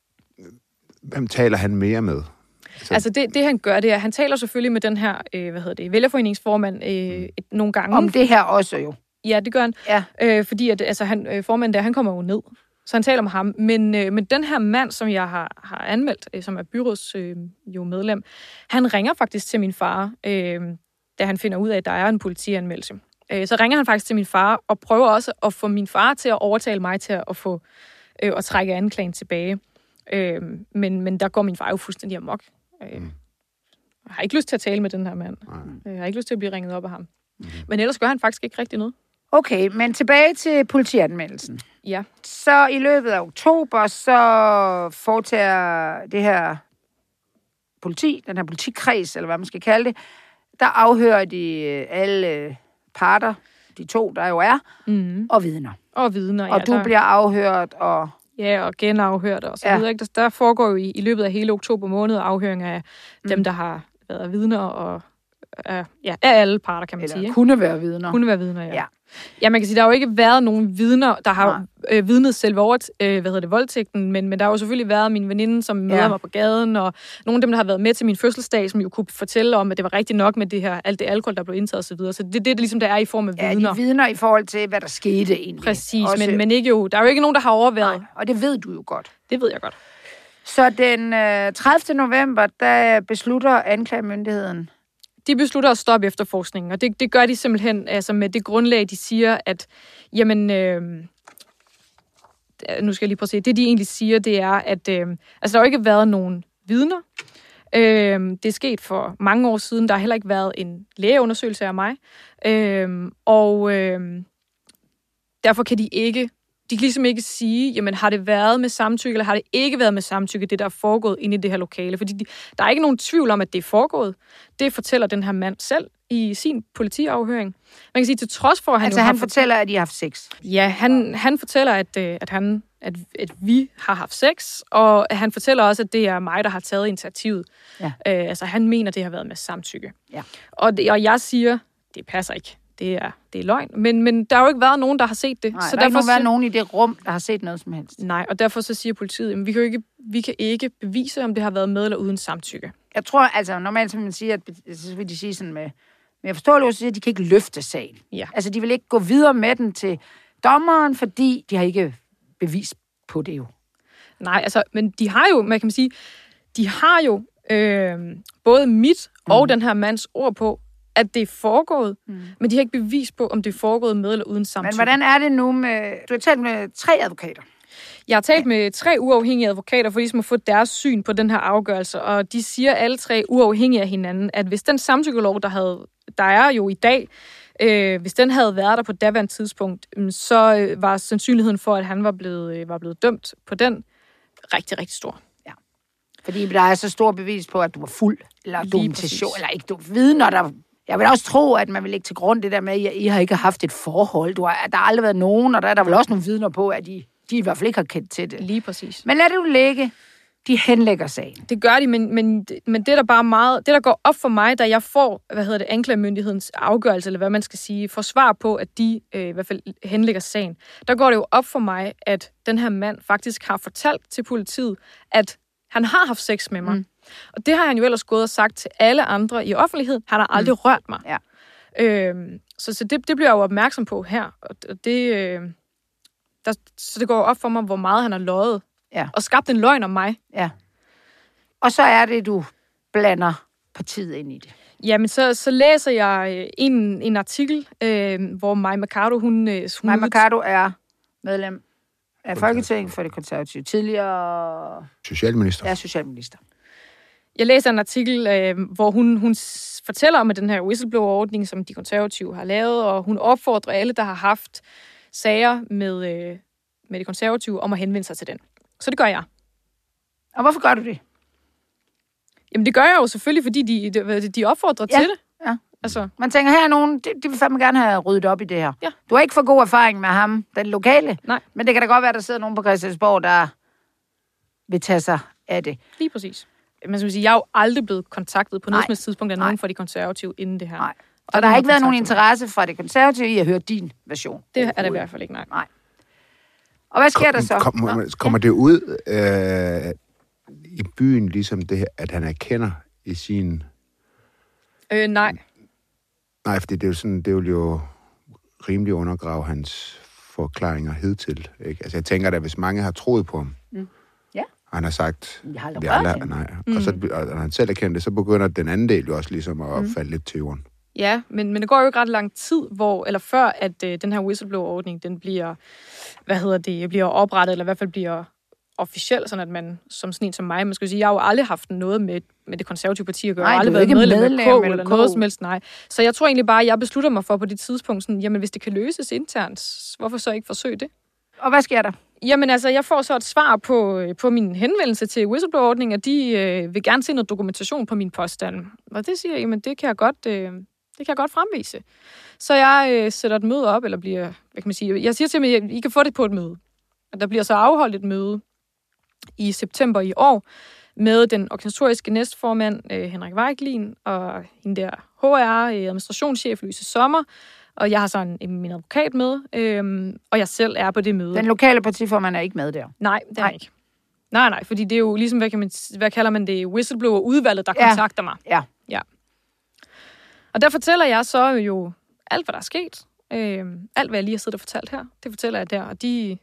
hvem taler han mere med? Altså, altså det, det han gør, det er, han taler selvfølgelig med den her, øh, hvad hedder det, vælgerforeningsformand øh, et, nogle gange. Om det her også jo. Ja, det gør han. Ja. Øh, fordi at, altså, han, øh, formanden der, han kommer jo ned. Så han taler med ham. Men, øh, men den her mand, som jeg har, har anmeldt, øh, som er byråds øh, jo medlem, han ringer faktisk til min far, øh, da han finder ud af, at der er en politianmeldelse. Øh, så ringer han faktisk til min far og prøver også at få min far til at overtale mig til at få øh, at trække anklagen tilbage. Øh, men, men der går min far jo fuldstændig amok. Øh, mm. Jeg har ikke lyst til at tale med den her mand. Mm. Jeg har ikke lyst til at blive ringet op af ham. Mm. Men ellers gør han faktisk ikke rigtig noget. Okay, men tilbage til politianmeldelsen. Ja. Så i løbet af oktober, så foretager det her politi, den her politikreds, eller hvad man skal kalde det, der afhører de alle parter, de to, der jo er, mm. og vidner. Og vidner, ja. Og du der... bliver afhørt, og... Ja, og genafhørt og så ja. videre. Ikke? Der foregår jo i, i løbet af hele oktober måned afhøring af mm. dem, der har været vidner, og uh, ja, af alle parter, kan man eller sige. Eller kunne være vidner. Kunne være vidner, ja. ja. Ja, man kan sige, der har jo ikke været nogen vidner, der har øh, vidnet selve over, øh, hvad hedder det, voldtægten, men, men der har jo selvfølgelig været min veninde, som møder ja. mig på gaden, og nogle af dem, der har været med til min fødselsdag, som jo kunne fortælle om, at det var rigtigt nok med det her, alt det alkohol, der blev indtaget og så videre. Så det er det, ligesom der er i form af ja, vidner. Ja, de vidner i forhold til, hvad der skete egentlig. Præcis, Også... men, men ikke jo, der er jo ikke nogen, der har overværet. Nej, og det ved du jo godt. Det ved jeg godt. Så den øh, tredivte november, der beslutter anklagemyndigheden, de beslutter at stoppe efterforskningen, og det, det gør de simpelthen altså med det grundlag, de siger, at jamen, øh, nu skal jeg lige prøve at se, det de egentlig siger, det er, at øh, altså, der har ikke været nogen vidner. Øh, det er sket for mange år siden. Der har heller ikke været en lægeundersøgelse af mig. Øh, og øh, derfor kan de ikke De kan ligesom ikke sige, jamen har det været med samtykke, eller har det ikke været med samtykke, det der er foregået inde i det her lokale. Fordi de, der er ikke nogen tvivl om, at det er foregået. Det fortæller den her mand selv i sin politiafhøring. Man kan sige, til trods for, at han altså jo han har fortæller, at I har haft sex? Ja, han, han fortæller, at, at, han, at, at vi har haft sex, og han fortæller også, at det er mig, der har taget initiativet. Ja. Øh, altså han mener, det har været med samtykke. Ja. Og, det, og jeg siger, det passer ikke. Det er, det er løgn. Men, men der har jo ikke været nogen, der har set det. Nej, så der har ikke siger, været nogen i det rum, der har set noget som helst. Nej, og derfor så siger politiet, at vi kan jo ikke, vi kan ikke bevise, om det har været med eller uden samtykke. Jeg tror, altså normalt, som man siger, at, så vil de sige sådan med, med jeg forstår det, at de kan ikke løfte sagen. Ja. Altså, de vil ikke gå videre med den til dommeren, fordi de har ikke bevis på det jo. Nej, altså, men de har jo, man kan sige, de har jo øh, både mit og mm. den her mands ord på, at det er foregået, mm. men de har ikke bevis på, om det er foregået med eller uden samtykke. Men hvordan er det nu med... Du har talt med tre advokater. Jeg har talt med tre uafhængige advokater for ligesom at få deres syn på den her afgørelse, og de siger alle tre uafhængige af hinanden, at hvis den samtykkelov, der, havde, der er jo i dag, øh, hvis den havde været der på daværende tidspunkt, så var sandsynligheden for, at han var blevet, var blevet dømt på den rigtig, rigtig stor. Ja. Fordi der er så stor bevis på, at du var fuld, eller dokumentation, eller ikke du vidner, der... Jeg vil også tro, at man vil lægge til grund det der med, at I har ikke haft et forhold. Du har, der har aldrig været nogen, og der er der vel også nogle vidner på, at I, de i hvert fald ikke har kendt til det. Lige præcis. Men lad det jo ligge. De henlægger sagen. Det gør de, men, men, men det der bare meget, det der går op for mig, da jeg får, hvad hedder det, anklagemyndighedens afgørelse, eller hvad man skal sige, får svar på, at de øh, i hvert fald henlægger sagen, der går det jo op for mig, at den her mand faktisk har fortalt til politiet, at han har haft sex med mig. Mm. Og det har han jo ellers gået og sagt til alle andre i offentligheden. Han har aldrig mm. rørt mig. Ja. Øhm, så så det, det bliver jeg jo opmærksom på her. Og det, øh, der, så det går op for mig, hvor meget han har løjet. Ja. Og skabt en løgn om mig. Ja. Og så er det, du blander partiet ind i det. Jamen, så, så læser jeg en, en artikel, øh, hvor Mai Mercado, hun... hun Mai Mercado er medlem af Folketinget for det konservative. Tidligere... Socialminister. Ja, socialminister. Jeg læser en artikel, øh, hvor hun, hun fortæller om den her whistleblower-ordning, som de konservative har lavet, og hun opfordrer alle, der har haft sager med, øh, med de konservative, om at henvende sig til den. Så det gør jeg. Og hvorfor gør du det? Jamen, det gør jeg jo selvfølgelig, fordi de, de, de opfordrer ja. til det. Ja. Altså. Man tænker, her er nogen, de, de vil fandme gerne have ryddet op i det her. Ja. Du har ikke for god erfaring med ham, den lokale. Nej. Men det kan da godt være, at der sidder nogen på Christiansborg, der vil tage sig af det. Lige præcis. Man skal sige, jeg er jo aldrig blevet kontaktet på noget som helst tidspunkt af nogen Nej. fra de konservative inden det her. Nej. Og, og der har ikke været nogen interesse fra de konservative i at høre din version. Det er der i hvert fald ikke, nej. nej. Og hvad sker kom, der så? Kom, ja. Kommer det ud øh, i byen, ligesom det, at han erkender i sin... Øh, nej. Nej, fordi det er jo sådan, det vil jo rimelig undergrave hans forklaringer hidtil, ikke? Altså jeg tænker da, hvis mange har troet på ham, mm. ja. og han har sagt... Jeg har aldrig rørt nej. Mm. Og, så, og han selv erkender det, så begynder den anden del jo også ligesom at mm. falde lidt til jorden. Ja, men, men det går jo ikke ret lang tid, hvor, eller før, at øh, den her whistleblower-ordning, den bliver, hvad hedder det, bliver oprettet, eller i hvert fald bliver officiel, sådan at man, som sådan en som mig, man skal sige, jeg har jo aldrig haft noget med, med det konservative parti at gøre. Nej, jeg har aldrig været medlem, medlem med K, eller, eller noget som helst, nej. Så jeg tror egentlig bare, at jeg beslutter mig for på det tidspunkt, sådan, jamen hvis det kan løses internt, hvorfor så ikke forsøge det? Og hvad sker der? Jamen altså, jeg får så et svar på, på min henvendelse til whistleblower-ordningen, at de øh, vil gerne se noget dokumentation på min påstand. Og det siger jeg, jamen det kan jeg godt... Øh, Det kan jeg godt fremvise. Så jeg øh, sætter et møde op, eller bliver, hvad kan man sige, jeg siger til dem, at I kan få det på et møde. Og der bliver så afholdt et møde i september i år, med den organisatoriske næstformand, øh, Henrik Weiglin, og hende der H R, øh, administrationschef Louise Sommer, og jeg har så en, min advokat med, øh, og jeg selv er på det møde. Den lokale partiformand er ikke med der? Nej, det er ikke. Nej, nej, fordi det er jo ligesom, hvad, kan man, hvad kalder man det, whistleblower-udvalget, der ja. kontakter mig. Ja. Ja. Og der fortæller jeg så jo alt, hvad der er sket. Øh, alt, hvad jeg lige har siddet og fortalt her, det fortæller jeg der. Og de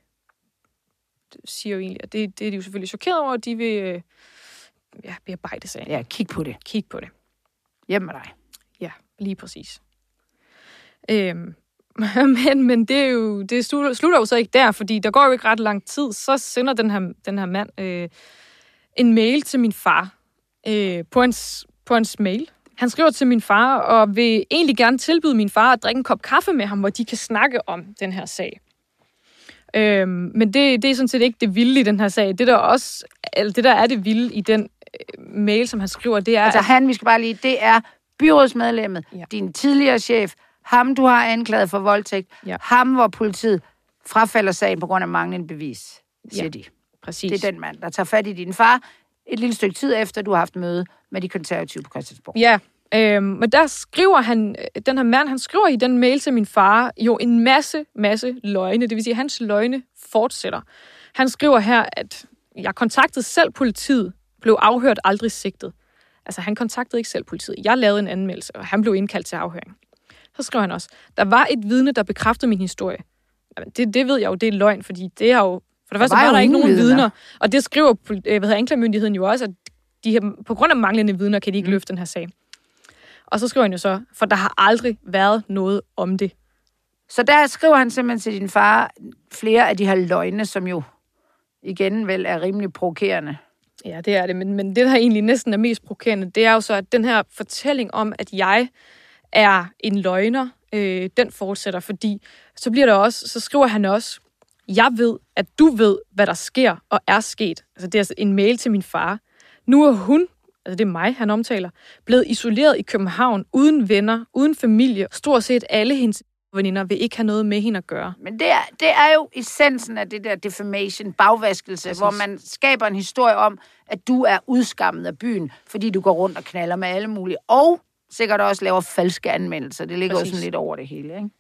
siger jo egentlig, at det, det er de jo selvfølgelig chokeret over, at de vil øh, ja, bearbejde sagen. Ja, kig på det. Kig på det. Hjem med dig. Ja, lige præcis. Øh, men, men det, er jo, det slutter jo så ikke der, fordi der går jo ikke ret lang tid, så sender den her, den her mand øh, en mail til min far øh, på, hans, på hans mail. Han skriver til min far, og vil egentlig gerne tilbyde min far at drikke en kop kaffe med ham, hvor de kan snakke om den her sag. Øhm, men det, det er sådan set ikke det vilde i den her sag. Det der, også, eller det, der er det vilde i den øh, mail, som han skriver, det er... Altså at, han, vi skal bare lige, det er byrådsmedlemmet, ja. Din tidligere chef, ham du har anklaget for voldtægt, ja. Ham hvor politiet frafalder sagen på grund af manglende bevis, siger ja, de. Præcis. Det er den mand, der tager fat i din far et lille stykke tid efter, du har haft møde med de konservative på Christiansborg. Ja, øhm, men der skriver han, den her mand, han skriver i den mail til min far jo en masse, masse løgne. Det vil sige, at hans løgne fortsætter. Han skriver her, at jeg kontaktede selv politiet, blev afhørt, aldrig sigtet. Altså, han kontaktede ikke selv politiet. Jeg lavede en anmeldelse, og han blev indkaldt til afhøring. Så skriver han også, der var et vidne, der bekræftede min historie. Jamen, det, det ved jeg jo, det er løgn, fordi det har jo... For det første var, var der ikke nogen vidner. vidner, og det skriver hvad hedder, anklagemyndigheden jo også, at de her, på grund af manglende vidner kan de ikke løfte den her sag. Og så skriver han jo så, for der har aldrig været noget om det. Så der skriver han simpelthen til din far flere af de her løgne, som jo igen vel er rimelig provokerende. Ja, det er det, men, men det, der egentlig næsten er mest provokerende, det er jo så, at den her fortælling om, at jeg er en løgner, øh, den fortsætter, fordi så bliver der også, så skriver han også, jeg ved, at du ved, hvad der sker og er sket. Altså det er altså en mail til min far. Nu er hun, altså det er mig, han omtaler, blevet isoleret i København, uden venner, uden familie. Stort set alle hendes veninder vil ikke have noget med hende at gøre. Men det er, det er jo essensen af det der defamation, bagvaskelse, hvor man skaber en historie om, at du er udskammet af byen, fordi du går rundt og knaller med alle mulige, og sikkert også laver falske anmeldelser. Det ligger Præcis. jo sådan lidt over det hele, ikke?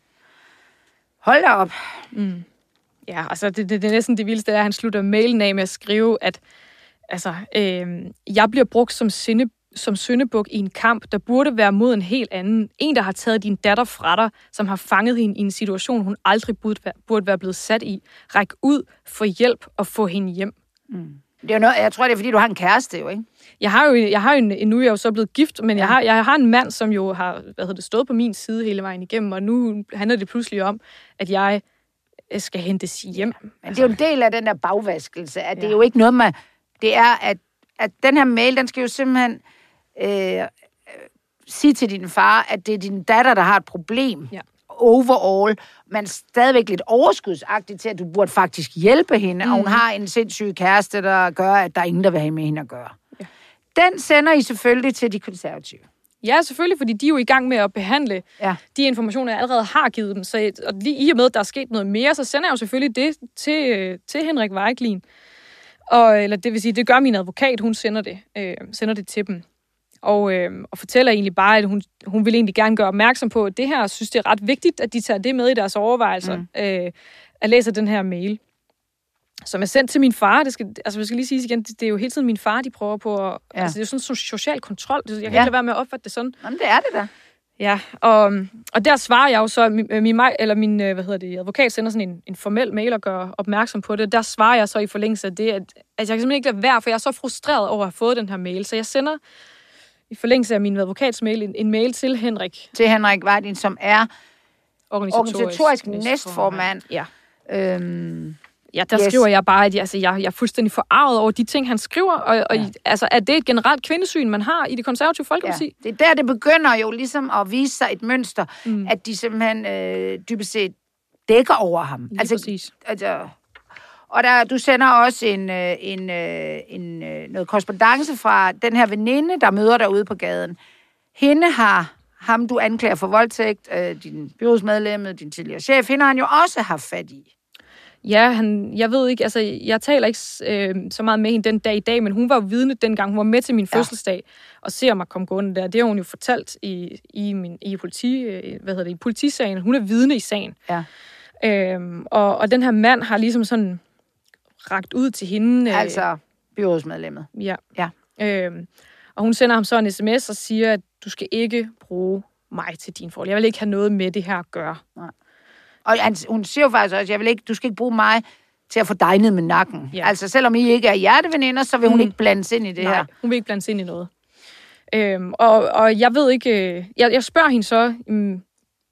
Hold da op. Mm. Ja, altså det, det, det er næsten det vildeste, at han slutter mailen af med at skrive, at altså, øh, jeg bliver brugt som sinde som syndebuk i en kamp, der burde være mod en helt anden. En, der har taget din datter fra dig, som har fanget hende i en situation, hun aldrig burde være, burde være blevet sat i. Ræk ud, få hjælp og få hende hjem. Mm. Det er jo noget, jeg tror, det er, fordi du har en kæreste, jo, ikke? Jeg har jo, jeg har jo en, nu er jeg jo så blevet gift, men ja. jeg, har, jeg har en mand, som jo har hvad hedder det, stået på min side hele vejen igennem, og nu handler det pludselig om, at jeg skal hentes hjem. Ja. Men det er jo en del af den der bagvaskelse, at ja. det er jo ikke noget med... Det er, at, at den her mail, den skal jo simpelthen... Øh, sige til din far, at det er din datter, der har et problem. Ja. Overall, men stadigvæk lidt overskudsagtigt til, at du burde faktisk hjælpe hende, mm. og hun har en sindssyg kæreste, der gør, at der er ingen, der vil have med hende at gøre. Ja. Den sender I selvfølgelig til de konservative. Ja, selvfølgelig, fordi de er jo i gang med at behandle ja. de informationer, jeg allerede har givet dem. Så, og lige i og med, at der er sket noget mere, så sender jeg jo selvfølgelig det til, til Henrik Weiklin. Og, eller det vil sige, det gør min advokat, hun sender det, øh, sender det til dem. Og, øh, og fortæller egentlig bare, at hun, hun vil egentlig gerne gøre opmærksom på, at det her, synes det er ret vigtigt, at de tager det med i deres overvejelser. Mm. Øh, at læse den her mail, som er sendt til min far. Det skal, altså, jeg skal lige sige igen, det, det er jo hele tiden min far, de prøver på. At, ja. Altså, det er jo sådan en social kontrol. Jeg kan ja. ikke lade være med at opfatte det sådan. Jamen, det er det da. Ja, og, og der svarer jeg jo så, min, min, eller min hvad hedder det, advokat sender sådan en, en formel mail og gør opmærksom på det. Der svarer jeg så i forlængelse af det, at, at jeg kan simpelthen ikke lade være, for jeg er så frustreret over at have fået den her mail. Så jeg sender i forlængelse af min advokats mail en, en mail til Henrik. Til Henrik Weiklin, som er organisatorisk, organisatorisk næstformand. Ja. Øhm, ja, der yes. skriver jeg bare, at jeg, altså, jeg, jeg er fuldstændig forarvet over de ting, han skriver. Og, og ja. altså, er det et generelt kvindesyn, man har i det konservative folkeparti? Ja. Det er der, det begynder jo ligesom at vise sig et mønster, mm. at de simpelthen øh, dybest set dækker over ham. Lige altså, præcis. Altså, og der, du sender også en, en, en, en, noget korrespondance fra den her veninde, der møder dig ude på gaden. Hende har ham, du anklager for voldtægt, øh, din byrådsmedlem, din tidligere chef, hende har han jo også haft fat i. Ja, han, jeg ved ikke, altså, jeg taler ikke øh, så meget med hende den dag i dag, men hun var jo vidne dengang, hun var med til min ja. fødselsdag, og ser mig komme gående der. Det har hun jo fortalt i, i, min, i, politi, hvad hedder det, i politisagen. Hun er vidne i sagen. Ja. Øhm, og, og den her mand har ligesom sådan rakt ud til hende. Altså byrådsmedlemmet. Ja. ja. Øhm, og hun sender ham så en sms og siger, at du skal ikke bruge mig til din fordel. Jeg vil ikke have noget med det her at gøre. Nej. Og han, hun siger jo faktisk også, jeg vil ikke, du skal ikke bruge mig til at få dig ned med nakken. Ja. Altså selvom I ikke er hjerteveninder, så vil hun mm. ikke blandes ind i det Nej, her. hun vil ikke blandes ind i noget. Øhm, og, og jeg ved ikke, jeg, jeg spørger hende så, um,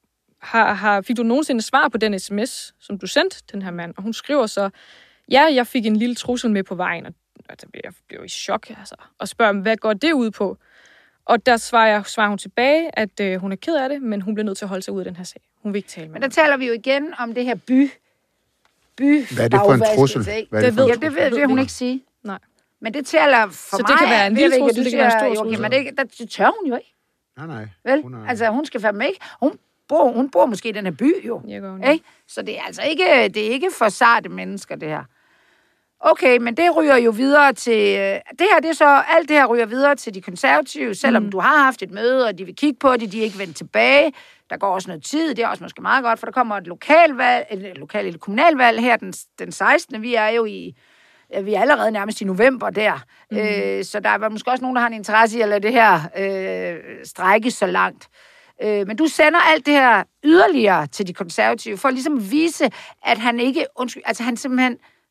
har, har, fik du nogensinde svar på den sms, som du sendte den her mand? Og hun skriver så, ja, jeg fik en lille trussel med på vejen, og jeg blev i chok, altså, og spørger, hvad går det ud på? Og der svarer, svarer hun tilbage, at øh, hun er ked af det, men hun bliver nødt til at holde sig ud af den her sag. Hun vil ikke tale med Men der taler vi jo igen om det her by. by Hvad er det for en trussel? Hvad er det, det, ved, det ved, vil hun ikke sige. Nej. Men det taler for så mig... Så det kan være en lille trussel, det kan være en stor trussel. Okay, men det, det, det tør hun jo ikke. Nej, nej. Vel? Hun er... Altså, hun skal fandme ikke... Hun bor, hun bor måske i den her by, jo. Ikke? Ikke? Så det er altså ikke, det er ikke for sarte mennesker, det her. Okay, men det ryger jo videre til... Det her, det er så... Alt det her ryger videre til de konservative, selvom mm. du har haft et møde, og de vil kigge på det, de er ikke vendt tilbage. Der går også noget tid, det er også måske meget godt, for der kommer et lokalvalg, et lokal, et kommunalvalg her den, den sekstende Vi er jo i... Vi er allerede nærmest i november der. Mm. Øh, så der er måske også nogen, der har en interesse i at lade det her øh, strække så langt. Øh, men du sender alt det her yderligere til de konservative, for at ligesom vise, at han ikke... Undskyld, altså han simpelthen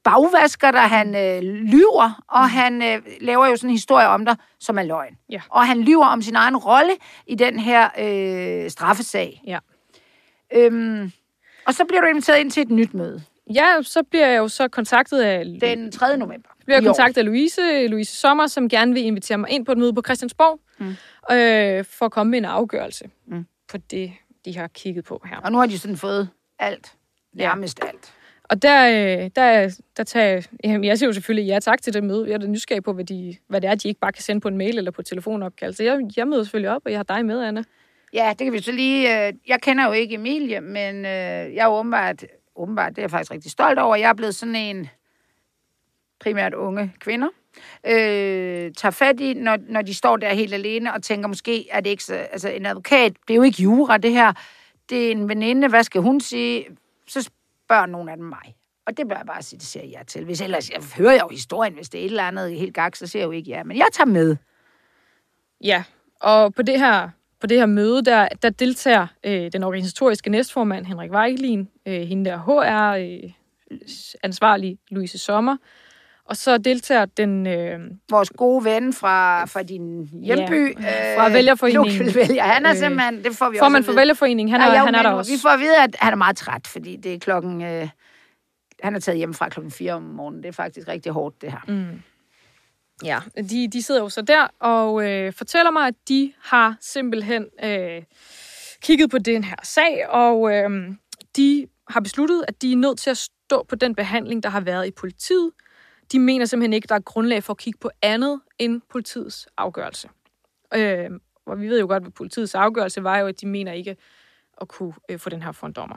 bagvasker dig, han øh, lyver, og mm. han øh, laver jo sådan en historie om dig, som er løgn. Ja. Og han lyver om sin egen rolle i den her øh, straffesag. Ja. Øhm, og så bliver du inviteret ind til et nyt møde. Ja, så bliver jeg jo så kontaktet af... Den tredje november. Bliver jeg kontaktet af Louise, Louise Sommer, som gerne vil invitere mig ind på et møde på Christiansborg, mm. øh, for at komme med en afgørelse mm. på det, de har kigget på her. Og nu har de sådan fået alt. Nærmest ja. alt. Og der, der, der tager jeg... Jeg siger jo selvfølgelig ja tak til det møde. Jeg er da nysgerrig på, hvad, de, hvad det er, de ikke bare kan sende på en mail eller på et telefonopkald. Så jeg, jeg møder selvfølgelig op, og jeg har dig med, Anna. Ja, det kan vi så lige... Jeg kender jo ikke Emilie, men jeg er åbenbart... Åbenbart, det er jeg faktisk rigtig stolt over. Jeg er blevet sådan en... primært unge kvinder, øh, tager fat i, når, når de står der helt alene, og tænker, måske er det ikke så, altså en advokat, det er jo ikke jura, det her, det er en veninde, hvad skal hun sige? Så spørger nogen af dem mig. Og det bliver jeg bare at sige, det siger jeg til. Hvis ellers, jeg hører jo historien, hvis det er et eller andet helt gak, så siger jeg jo ikke ja, men jeg tager med. Ja, og på det her, på det her møde, der, der deltager øh, den organisatoriske næstformand, Henrik Weigelin, øh, hende der H R, øh, ansvarlig Louise Sommer, og så deltager den... Øh, Vores gode ven fra, fra din hjemby. Ja, fra Vælgerforeningen. Vælger. Han er simpelthen... Det får vi Formand også for Vælgerforeningen, han er, ja, jo, han er der også. Vi får at vide, at han er meget træt, fordi det er klokken... Øh, han er taget hjem fra klokken fire om morgenen. Det er faktisk rigtig hårdt, det her. Mm. Ja, de, de sidder jo så der og øh, fortæller mig, at de har simpelthen øh, kigget på den her sag, og øh, de har besluttet, at de er nødt til at stå på den behandling, der har været i politiet. De mener simpelthen ikke, der er grundlag for at kigge på andet end politiets afgørelse. Øh, og vi ved jo godt, at politiets afgørelse var jo, at de mener ikke at kunne øh, få den her for en dommer.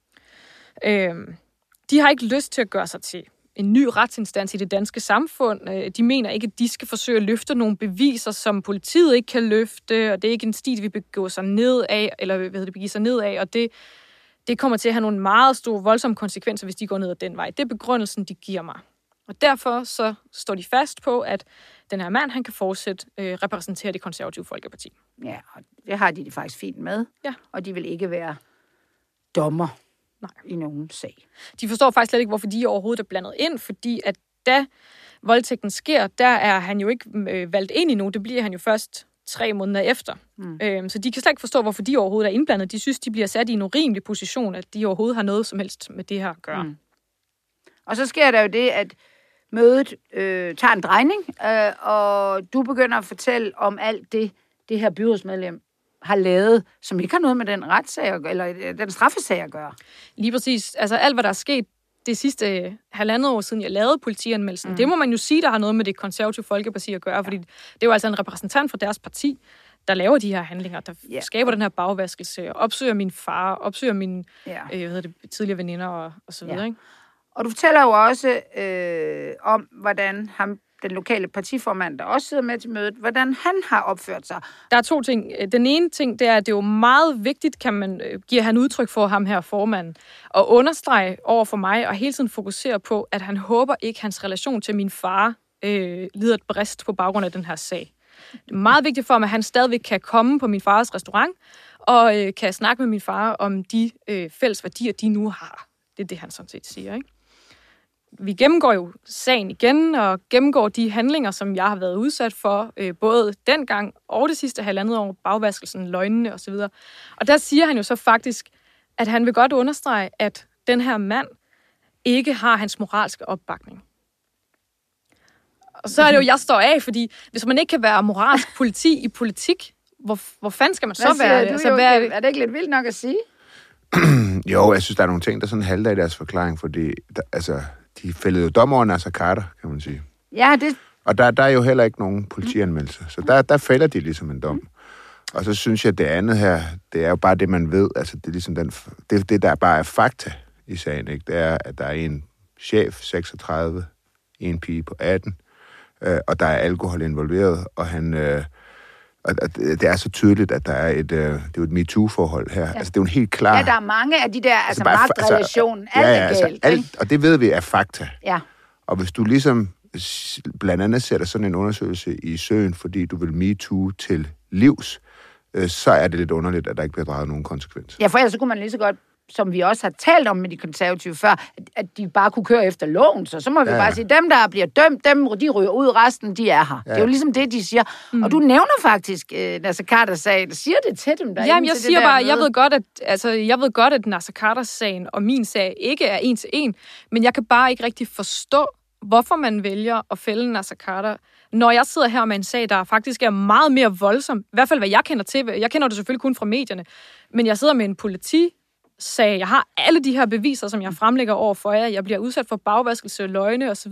Øh, de har ikke lyst til at gøre sig til en ny retsinstans i det danske samfund. Øh, de mener ikke, at de skal forsøge at løfte nogle beviser, som politiet ikke kan løfte, og det er ikke en sti, de vil begå sig ned af, eller hvad hedder det, begive sig ned af, og det Det kommer til at have nogle meget store, voldsomme konsekvenser, hvis de går ned ad den vej. Det er begrundelsen, de giver mig. Og derfor så står de fast på, at den her mand, han kan fortsat øh, repræsentere det konservative Folkeparti. Ja, og det har de det faktisk fint med. Ja. Og de vil ikke være dommer Nej. i nogen sag. De forstår faktisk slet ikke, hvorfor de overhovedet er blandet ind, fordi at da voldtægten sker, der er han jo ikke øh, valgt ind endnu. Det bliver han jo først tre måneder efter. Mm. Øhm, så de kan slet ikke forstå, hvorfor de overhovedet er indblandet. De synes, de bliver sat i en urimelig position, at de overhovedet har noget som helst med det her at gøre. Mm. Og så sker der jo det, at mødet øh, tager en drejning, øh, og du begynder at fortælle om alt det, det her byrådsmedlem har lavet, som ikke har noget med den retssag, eller den straffesag at gøre. Lige præcis. Altså alt, hvad der er sket det sidste halvandet år siden, jeg lavede politianmeldelsen, mm. det må man jo sige, der har noget med det konservative Folkeparti at gøre, ja. Fordi det er jo altså en repræsentant fra deres parti, der laver de her handlinger, der yeah. skaber den her bagvaskelse, og opsøger min far, opsøger mine yeah. øh, hvad hedder det, tidligere veninder og, og så videre. Yeah. Ikke? Og du fortæller jo også øh, om, hvordan ham, den lokale partiformand, der også sidder med til mødet, hvordan han har opført sig. Der er to ting. Den ene ting, det er, at det er jo meget vigtigt, kan man øh, give han udtryk for ham her formanden, og understrege over for mig, og hele tiden fokusere på, at han håber ikke, hans relation til min far øh, lider et brist på baggrund af den her sag. Det er meget vigtigt for mig, at han stadigvæk kan komme på min fars restaurant, og øh, kan snakke med min far om de øh, fælles værdier, de nu har. Det er det, han sådan set siger, ikke? Vi gennemgår jo sagen igen, og gennemgår de handlinger, som jeg har været udsat for, øh, både dengang og det sidste halvandet år, bagvaskelsen, løgnene osv. Og der siger han jo så faktisk, at han vil godt understrege, at den her mand ikke har hans moralske opbakning. Og så er det jo, jeg står af, fordi hvis man ikke kan være moralsk politi i politik, hvor, hvor fanden skal man så være? Du, altså, jo, hvad er det ikke lidt vildt nok at sige? Jo, jeg synes, der er nogle ting, der sådan halter i deres forklaring, fordi der, altså, de fældede jo dommer over Naser Khader, kan man sige. Ja, det... Og der, der er jo heller ikke nogen politianmeldelse, så der, der fælder de ligesom en dom. Og så synes jeg, at det andet her, det er jo bare det, man ved. Altså, det er ligesom den, det, det der bare er fakta i sagen, ikke? Det er, at der er en chef, seksogtredive, en pige på atten, øh, og der er alkohol involveret, og han... Øh, og det er så tydeligt, at der er et, øh, det er jo et MeToo-forhold her. Ja. Altså, det er jo en helt klar... Ja, der er mange af de der, altså, altså magtrelationen, altså, alt ja, ja, er galt. Altså, alt, og det ved vi er fakta. Ja. Og hvis du ligesom blandt andet sætter sådan en undersøgelse i søen, fordi du vil MeToo til livs, øh, så er det lidt underligt, at der ikke bliver draget nogen konsekvens. Ja, for ellers så kunne man lige så godt som vi også har talt om med de konservative før, at, at de bare kunne køre efter loven, så så må vi ja, bare sige, dem, der bliver dømt, dem, de ryger ud, resten, de er her. Ja. Det er jo ligesom det, de siger. Mm. Og du nævner faktisk øh, Naser Khaders sag, der siger det til dem, der Jamen, jeg siger bare, jeg ved godt, at altså, jeg ved godt, at Naser Khaders sagen og min sag ikke er en til en, men jeg kan bare ikke rigtig forstå, hvorfor man vælger at fælde Naser Khader, når jeg sidder her med en sag, der faktisk er meget mere voldsom. I hvert fald, hvad jeg kender til. Jeg kender det selvfølgelig kun fra medierne. Men jeg sidder med en politisag. Jeg har alle de her beviser, som jeg fremlægger over for jer. Jeg bliver udsat for bagvaskelse, løgne osv.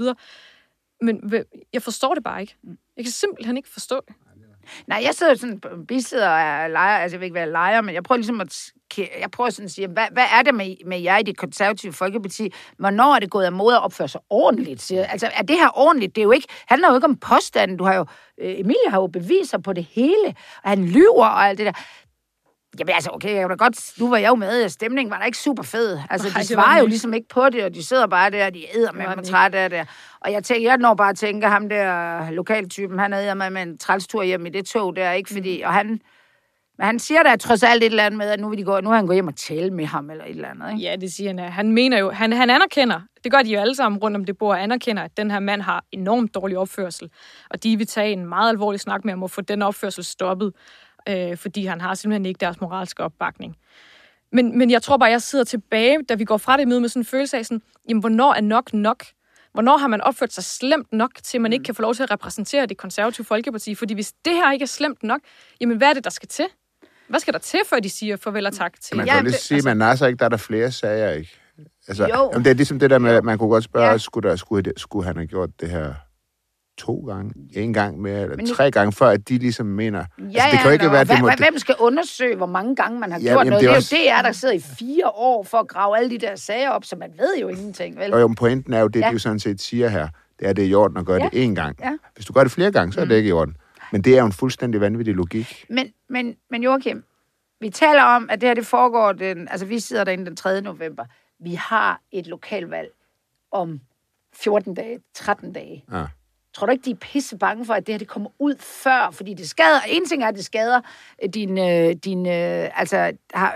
Men jeg forstår det bare ikke. Jeg kan simpelthen ikke forstå det. Nej, jeg sidder sådan, bisidder og er lejer, altså jeg vil ikke være lejer, men jeg prøver ligesom at, jeg prøver sådan at sige, hvad, hvad er det med, med jer i det konservative folkeparti? Hvornår er det gået af måde at opføre sig ordentligt? Siger? Altså, er det her ordentligt? Det er jo ikke, handler jo ikke om påstanden. Du har jo, Emilie har jo beviser på det hele, og han lyver og alt det der. Jamen altså, okay, jeg var da godt, nu var jeg jo med, og stemningen var da ikke super fed. Altså, de svarer jo ligesom ikke på det, og de sidder bare der, og de æder med mig træt af det. Og jeg tænker, jeg når bare at tænke, ham der lokaltypen, han æder med med en trælstur hjem i det tog der, ikke? Fordi, og han, men han siger da trods alt et eller andet med, at nu vil de gå, nu har han gået hjem og tale med ham, eller et eller andet, ikke? Ja, det siger han. Han mener jo, han, han anerkender, det gør de jo alle sammen rundt om det bord, anerkender, at den her mand har enormt dårlig opførsel, og de vil tage en meget alvorlig snak med ham og få den opførsel stoppet. Øh, fordi han har simpelthen ikke deres moralske opbakning. Men, men jeg tror bare, jeg sidder tilbage, da vi går fra det møde med sådan en følelse af sådan, jamen, hvornår er nok nok? Hvornår har man opført sig slemt nok, til man ikke kan få lov til at repræsentere det konservative folkeparti? Fordi hvis det her ikke er slemt nok, jamen, hvad er det, der skal til? Hvad skal der til, før de siger farvel og tak til? Man kan jo lige sige, altså, men Naser ikke, der er der flere sager, ikke? Altså, jamen, det er ligesom det der med, at man kunne godt spørge, ja. skulle, der, skulle, skulle han have gjort det her to gange, en gang mere, eller men, tre gange, før at de ligesom mener... Ja, altså, det kan jo ikke ja, være, at det må... Hvem skal undersøge, hvor mange gange man har ja, gjort jamen, noget? Det er, også... det er jo det, der sidder i fire år for at grave alle de der sager op, så man ved jo ingenting, vel? Og jo, pointen er jo det, ja. de jo sådan set siger her, det er, det er i orden at gøre ja. det én gang. Ja. Hvis du gør det flere gange, så er det mm. ikke i orden. Men det er jo en fuldstændig vanvittig logik. Men, men, men Joachim, vi taler om, at det her det foregår den... Altså, vi sidder derinde den tredje november. Vi har et lokalvalg om fjorten dage, tretten dage. Ja. Tror du ikke, de er pisse bange for, at det her det kommer ud før? Fordi det skader... En ting er, at det skader din... din altså,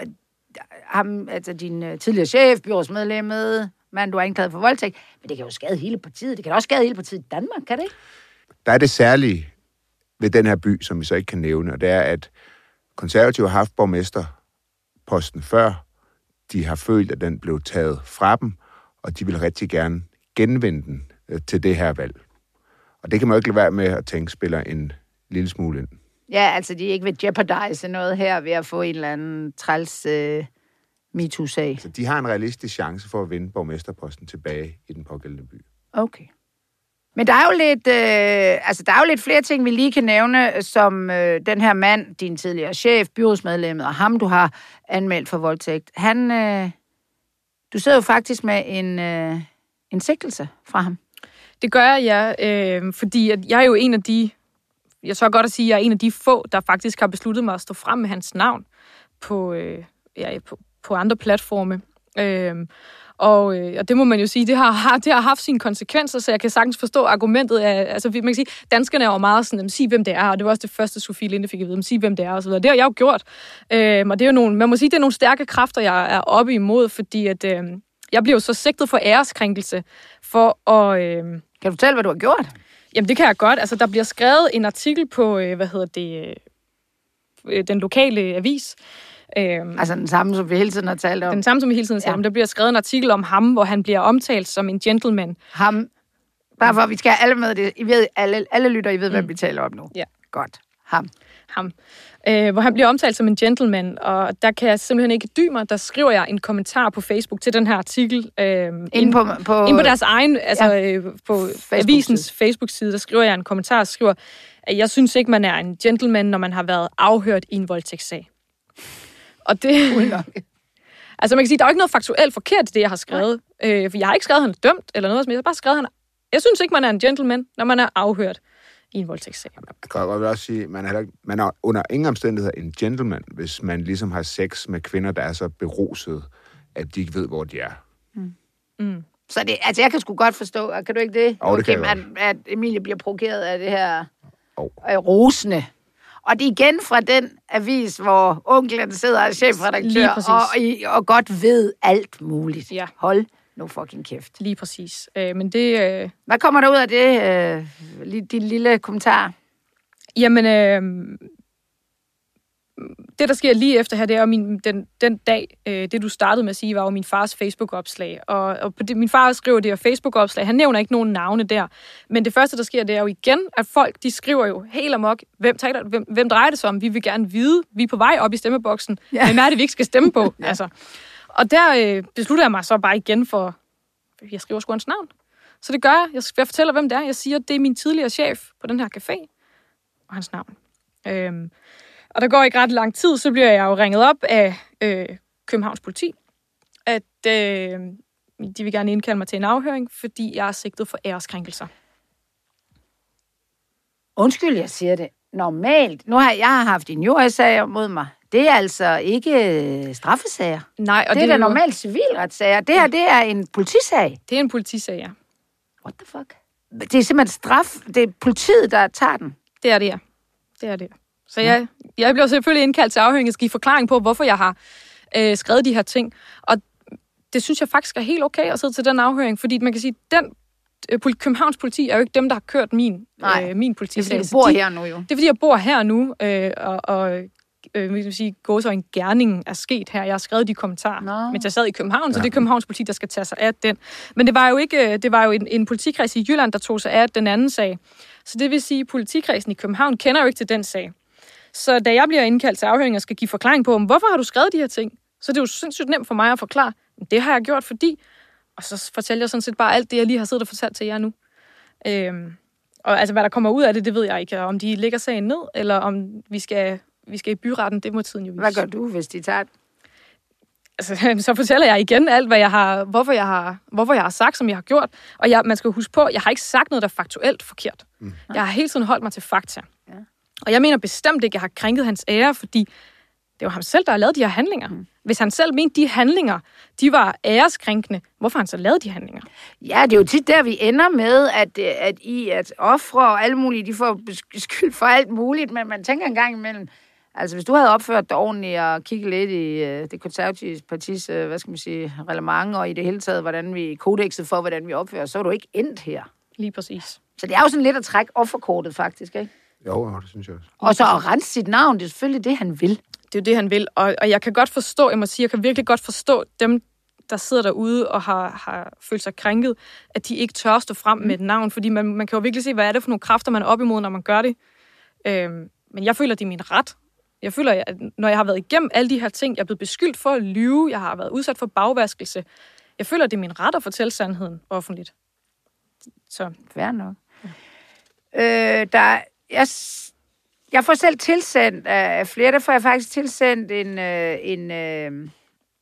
ham, altså din tidligere chef, byrådsmedlemmet, mand, du er anklaget for voldtægt. Men det kan jo skade hele partiet. Det kan også skade hele partiet i Danmark, kan det ikke? Der er det særlige ved den her by, som vi så ikke kan nævne, og det er, at konservative har haft borgmesterposten før. De har følt, at den blev taget fra dem, og de vil rigtig gerne genvinde den til det her valg. Og det kan man jo ikke lade være med at tænke, spiller en lille smule ind. Ja, altså de ikke vil jeopardize noget her ved at få en eller anden træls uh, MeToo-sag. Så de har en realistisk chance for at vinde borgmesterposten tilbage i den pågældende by. Okay. Men der er jo lidt, øh, altså der er jo lidt flere ting, vi lige kan nævne, som øh, den her mand, din tidligere chef, byrådsmedlemmet, og ham, du har anmeldt for voldtægt. Han, øh, du sidder jo faktisk med en, øh, en sigtelse fra ham. Det gør jeg, ja, øh, fordi at jeg er jo en af de, jeg så godt at sige, at jeg er en af de få, der faktisk har besluttet mig at stå frem med hans navn på, øh, ja, på, på andre platforme. Øh, og, øh, og det må man jo sige, det har, det har haft sine konsekvenser, så jeg kan sagtens forstå argumentet af, altså man kan sige, danskerne er jo meget sådan, at sige hvem det er, og det var også det første, Sofie Linde fik at vide, sige hvem det er, og så videre. Det har jeg jo gjort. Øh, og det er jo nogle, man må sige, det er nogle stærke kræfter, jeg er oppe imod, fordi at, øh, jeg bliver jo så sigtet for æreskrænkelse for at... Øh, Kan du fortælle, hvad du har gjort? Jamen, det kan jeg godt. Altså, der bliver skrevet en artikel på, øh, hvad hedder det, øh, den lokale avis. Øhm, altså den samme, som vi hele tiden har talt om? Den samme, som vi hele tiden har talt om. Ja. Der bliver skrevet en artikel om ham, hvor han bliver omtalt som en gentleman. Ham. Bare for, at vi skal have alle med det. I ved, alle, alle lytter, I ved, mm. hvad vi taler om nu. Ja. Godt. Ham. Ham. Øh, hvor han bliver omtalt som en gentleman, og der kan jeg simpelthen ikke dy mig. Der skriver jeg en kommentar på Facebook til den her artikel. Øh, inde, inde, på, på, inde på deres egen, altså ja, øh, på Facebook avisens Facebook-side, der skriver jeg en kommentar og skriver, at jeg synes ikke, man er en gentleman, når man har været afhørt i en voldtægtssag. Og det... altså man kan sige, der er jo ikke noget faktuelt forkert i det, jeg har skrevet. Øh, for jeg har ikke skrevet, at han er dømt, eller noget som jeg har bare skrevet, at han... Jeg synes ikke, man er en gentleman, når man er afhørt i en voldtægtssag. Jeg kan godt også sige, at man er, man er under ingen omstændigheder en gentleman, hvis man ligesom har sex med kvinder, der er så beruset, at de ikke ved, hvor de er. Mm. Mm. Så det, altså jeg kan sgu godt forstå, kan du ikke det? Oh, det okay, kan at, at Emilie bliver provokeret af det her oh. øh, rosende. Og det er igen fra den avis, hvor onklen sidder og chefredaktør og, og, og godt ved alt muligt. Ja. Hold nu fucking kæft. Lige præcis. Øh, men det... Øh... Hvad kommer der ud af det, øh, din lille kommentar? Jamen, øh... det, der sker lige efter her, det er jo min, den, den dag, øh, det du startede med at sige, var jo min fars Facebook-opslag. Og, og på det, min far skriver det her Facebook-opslag. Han nævner ikke nogen navne der. Men det første, der sker, det er jo igen, at folk, de skriver jo helt amok, hvem, taler, hvem, hvem drejer det sig om? Vi vil gerne vide, vi er på vej op i stemmeboksen. Ja. Hvem er det, vi ikke skal stemme på? Ja. Altså. Og der øh, beslutter jeg mig så bare igen for, jeg skriver sgu hans navn. Så det gør jeg. Jeg, jeg fortæller, hvem det er. Jeg siger, det er min tidligere chef på den her café. Og hans navn. Øhm, Og der går ikke ret lang tid, så bliver jeg jo ringet op af øh, Københavns politi, at øh, de vil gerne indkalde mig til en afhøring, fordi jeg er sigtet for æreskrænkelser. Undskyld, jeg siger det. Normalt, nu har jeg har haft injuriesager mod mig. Det er altså ikke straffesager. Nej, og det, det er da jo... normalt civilretssager. Det her, det er en politisag. Det er en politisag, ja. What the fuck? Det er simpelthen straf. Det er politiet, der tager den. Det er det, ja. Det er det. Så jeg, jeg bliver selvfølgelig indkaldt til afhøring. Jeg skal give forklaring på, hvorfor jeg har øh, skrevet de her ting. Og det synes jeg faktisk er helt okay at sidde til den afhøring, fordi man kan sige, den øh, Københavns politi er jo ikke dem, der har kørt min, øh, min politisag. Det er fordi, du bor her nu jo. Det er fordi, jeg bor her nu, øh, og, og øh, vil sige, gå så en gerning er sket her. Jeg har skrevet de kommentarer, no. mens jeg sad i København, ja. Så det er Københavns politi, der skal tage sig af den. Men det var jo ikke, det var jo en, en politikreds i Jylland, der tog sig af den anden sag. Så det vil sige, at politikredsen i København kender jo ikke til den sag. Så da jeg bliver indkaldt til afhøring og skal give forklaring på, hvorfor har du skrevet de her ting, så det er jo sindssygt nemt for mig at forklare, det har jeg gjort, fordi... Og så fortæller jeg sådan set bare alt det, jeg lige har siddet og fortalt til jer nu. Øhm, og altså, hvad der kommer ud af det, det ved jeg ikke. Om de lægger sagen ned, eller om vi skal, vi skal i byretten, det må tiden jo vise. Hvad gør du, hvis de tager det? Altså, så fortæller jeg igen alt, hvad jeg har, hvorfor, jeg har, hvorfor jeg har sagt, som jeg har gjort. Og jeg, man skal huske på, jeg har ikke sagt noget, der er faktuelt forkert. Mm. Jeg har hele tiden holdt mig til fakta. Ja. Og jeg mener bestemt ikke, at jeg har krænket hans ære, fordi det var ham selv, der har lavet de her handlinger. Mm. Hvis han selv mente, de handlinger, de var æreskrænkende, hvorfor har han så lavet de handlinger? Ja, det er jo tit der, vi ender med, at, at I, at ofre og alle mulige, de får skyld for alt muligt, men man tænker en gang imellem, altså hvis du havde opført dig ordentligt og kigget lidt i uh, det konservative partis, uh, hvad skal man sige, reglement, og i det hele taget, hvordan vi, kodekset for, hvordan vi opfører, så er du ikke endt her. Lige præcis. Så det er jo sådan lidt at trække offerkortet, faktisk, ikke? Jo, det synes jeg også. Og så at rense sit navn, det er selvfølgelig det, han vil. Det er jo det, han vil. Og, og jeg kan godt forstå, jeg må sige, jeg kan virkelig godt forstå dem, der sidder derude og har, har følt sig krænket, at de ikke tør stå frem mm. med et navn, fordi man, man kan jo virkelig se, hvad er det for nogle kræfter, man er op imod, når man gør det. Øhm, men jeg føler, det er min ret. Jeg føler, at når jeg har været igennem alle de her ting, jeg er blevet beskyldt for at lyve, jeg har været udsat for bagvaskelse, jeg føler, det er min ret at fortælle sandheden offentligt. Så. Fair nok. Ja. Øh, der, jeg, jeg får selv tilsendt af flere, der får jeg faktisk tilsendt en, en, en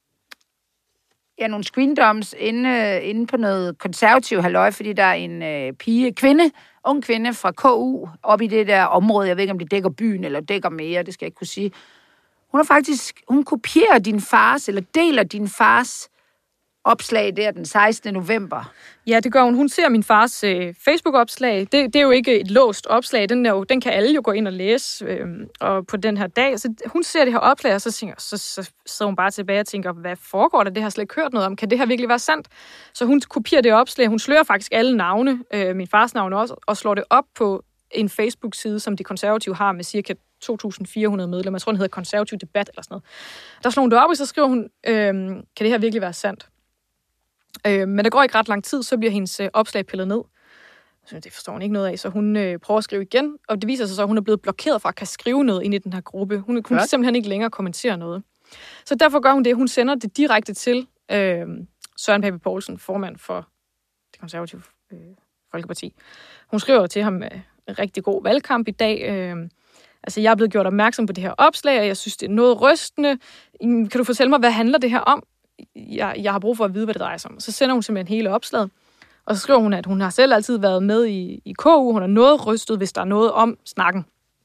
ja, nogle screendoms inde, inde på noget konservativ halløj, fordi der er en øh, pige, kvinde, ung kvinde fra K U, oppe i det der område, jeg ved ikke, om det dækker byen eller dækker mere, det skal jeg ikke kunne sige. Hun har faktisk, hun kopierer din fars, eller deler din fars opslag der den sekstende november. Ja, det gør hun. Hun ser min fars øh, Facebook-opslag. Det, det er jo ikke et låst opslag. Den, er jo, den kan alle jo gå ind og læse øh, og på den her dag. Så hun ser det her opslag, og så, tænker, så, så sidder hun bare tilbage og tænker, hvad foregår der? Det har jeg slet ikke hørt noget om. Kan det her virkelig være sandt? Så hun kopierer det opslag. Hun slører faktisk alle navne, øh, min fars navn også, og slår det op på en Facebook-side, som de konservative har med cirka to tusind fire hundrede medlemmer. Jeg tror, den hedder Konservativ Debat eller sådan noget. Der slår hun det op, og så skriver hun, øh, kan det her virkelig være sandt? Øh, men der går ikke ret lang tid, så bliver hendes øh, opslag pillet ned. Så det forstår hun ikke noget af, så hun øh, prøver at skrive igen, og det viser sig så, at hun er blevet blokeret fra at kan skrive noget ind i den her gruppe. Hun kunne simpelthen ikke længere kommentere noget. Så derfor gør hun det, hun sender det direkte til øh, Søren Pape Poulsen, formand for det konservative øh, Folkeparti. Hun skriver til ham øh, en rigtig god valgkamp i dag. Øh, altså, jeg er blevet gjort opmærksom på det her opslag, og jeg synes, det er noget rystende. Kan du fortælle mig, hvad handler det her om? Jeg, jeg har brug for at vide, hvad det drejer sig om. Så sender hun simpelthen hele opslaget, og så skriver hun, at hun har selv altid været med i, i K U. Hun er noget rystet, hvis der er noget om snakken.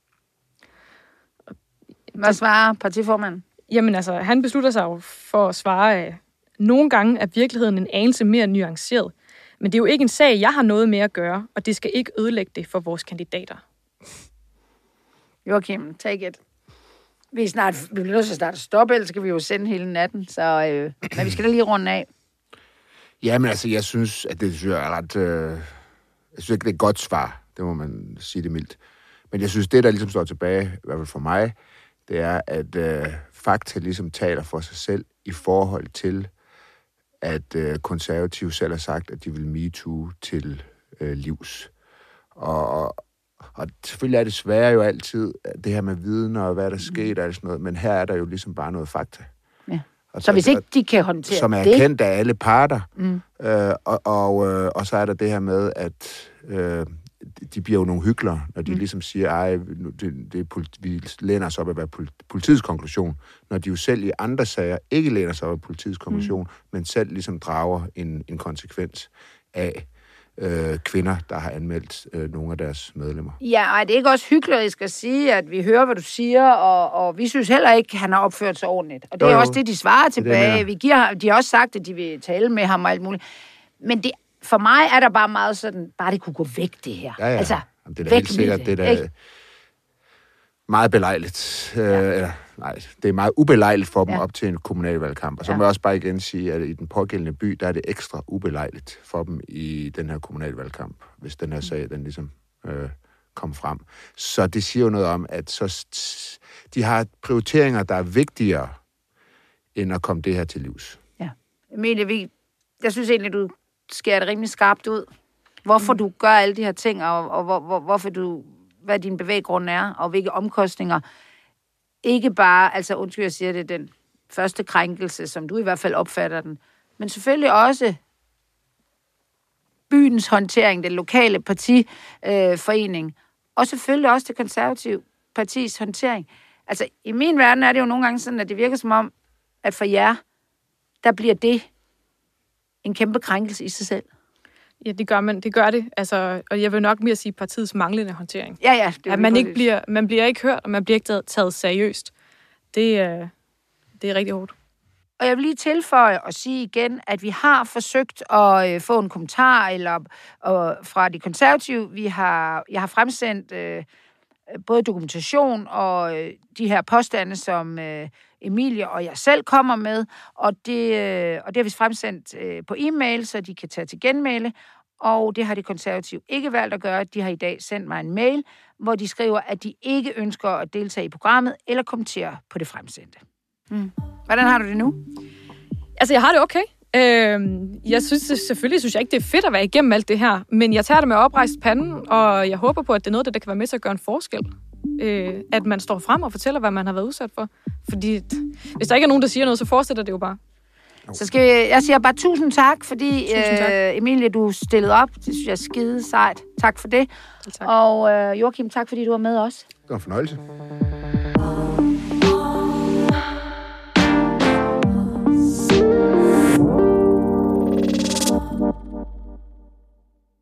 Hvad svarer partiformanden? Jamen altså, han beslutter sig jo for at svare, at nogle gange er virkeligheden en anelse mere nuanceret. Men det er jo ikke en sag, jeg har noget med at gøre, og det skal ikke ødelægge det for vores kandidater. Joachim, take it. Vi er snart, vi bliver nødt til at starte stoppe, ellers skal vi jo sende hele natten, så øh, men vi skal da lige runde af. Jamen altså, jeg synes, at det synes jeg er ret... Øh, jeg synes ikke, det er et godt svar, det må man sige det mildt. Men jeg synes, det der ligesom står tilbage, i hvert fald for mig, det er, at øh, fakta ligesom taler for sig selv i forhold til, at øh, konservative selv har sagt, at de vil MeToo til øh, livs. Og, og selvfølgelig er det svære jo altid, det her med viden og hvad der sker og sådan noget, men her er der jo ligesom bare noget fakta. Ja. Og så hvis ikke de kan håndtere det... Som er det... kendt af alle parter. Mm. Øh, og, og, øh, og så er der det her med, at øh, de bliver jo nogle hyklere, når de mm. ligesom siger, ej, det, det er politi- vi læner os op af, hvad politiets konklusion, når de jo selv i andre sager ikke læner sig op af politiets konklusion, mm. men selv ligesom drager en, en konsekvens af øh, kvinder, der har anmeldt øh, nogle af deres medlemmer. Ja, og det er ikke også hyklerisk at sige, at vi hører, hvad du siger, og, og vi synes heller ikke, at han har opført sig ordentligt. Og det er jo, jo også det, de svarer tilbage. Det, vi giver, de har også sagt, at de vil tale med ham og alt muligt. Men det, for mig er der bare meget sådan, bare det kunne gå væk, det her. Ja, ja. Altså, Jamen, det er da helt sikkert, det, det er da meget belejligt. Ja. Øh, eller, nej, det er meget ubelejligt for dem ja. op til en kommunalvalgkamp. Og så ja. må jeg også bare igen sige, at i den pågældende by, der er det ekstra ubelejligt for dem i den her kommunalvalgkamp, hvis den her sag, den ligesom øh, kom frem. Så det siger jo noget om, at så, de har prioriteringer, der er vigtigere, end at komme det her til livs. Ja. Emilie, vi, jeg synes egentlig, du skærer det rimelig skarpt ud. Hvorfor mm. du gør alle de her ting, og, og hvor, hvor, hvorfor du... hvad din bevæggrund er, og hvilke omkostninger. Ikke bare, altså undskyld, jeg siger det, den første krænkelse, som du i hvert fald opfatter den, men selvfølgelig også byens håndtering, den lokale partiforening, øh, og selvfølgelig også det konservative partis håndtering. Altså, i min verden er det jo nogle gange sådan, at det virker som om, at for jer, der bliver det en kæmpe krænkelse i sig selv. Ja, det gør man. Det gør det. Altså, og jeg vil nok mere sige partiets manglende håndtering. Ja, ja. Det at man ikke bliver, man bliver ikke hørt, og man bliver ikke taget, taget seriøst. Det, øh, det er rigtig hårdt. Og jeg vil lige tilføje og sige igen, at vi har forsøgt at øh, få en kommentar eller øh, fra de konservative. Vi har, jeg har fremsendt øh, både dokumentation og øh, de her påstande, som øh, Emilie og jeg selv kommer med, og det, øh, og det har vi fremsendt øh, på e-mail, så de kan tage til genmæle, og det har de konservative ikke valgt at gøre. De har i dag sendt mig en mail, hvor de skriver, at de ikke ønsker at deltage i programmet eller kommentere på det fremsendte. Mm. Hvordan har du det nu? Altså, jeg har det okay. Øh, jeg synes selvfølgelig, synes jeg ikke, det er fedt at være igennem alt det her, men jeg tager det med oprejst panden, og jeg håber på, at det er noget, der kan være med til at gøre en forskel. Øh, at man står frem og fortæller, hvad man har været udsat for. Fordi hvis der ikke er nogen, der siger noget, så fortsætter det jo bare. Så skal jeg, jeg siger bare tusind tak, fordi tusind tak. Øh, Emilie, du stillede op. Det synes jeg er skide sejt. Tak for det. Tak. Og øh, Joachim, tak fordi du var med også. Det var en fornøjelse.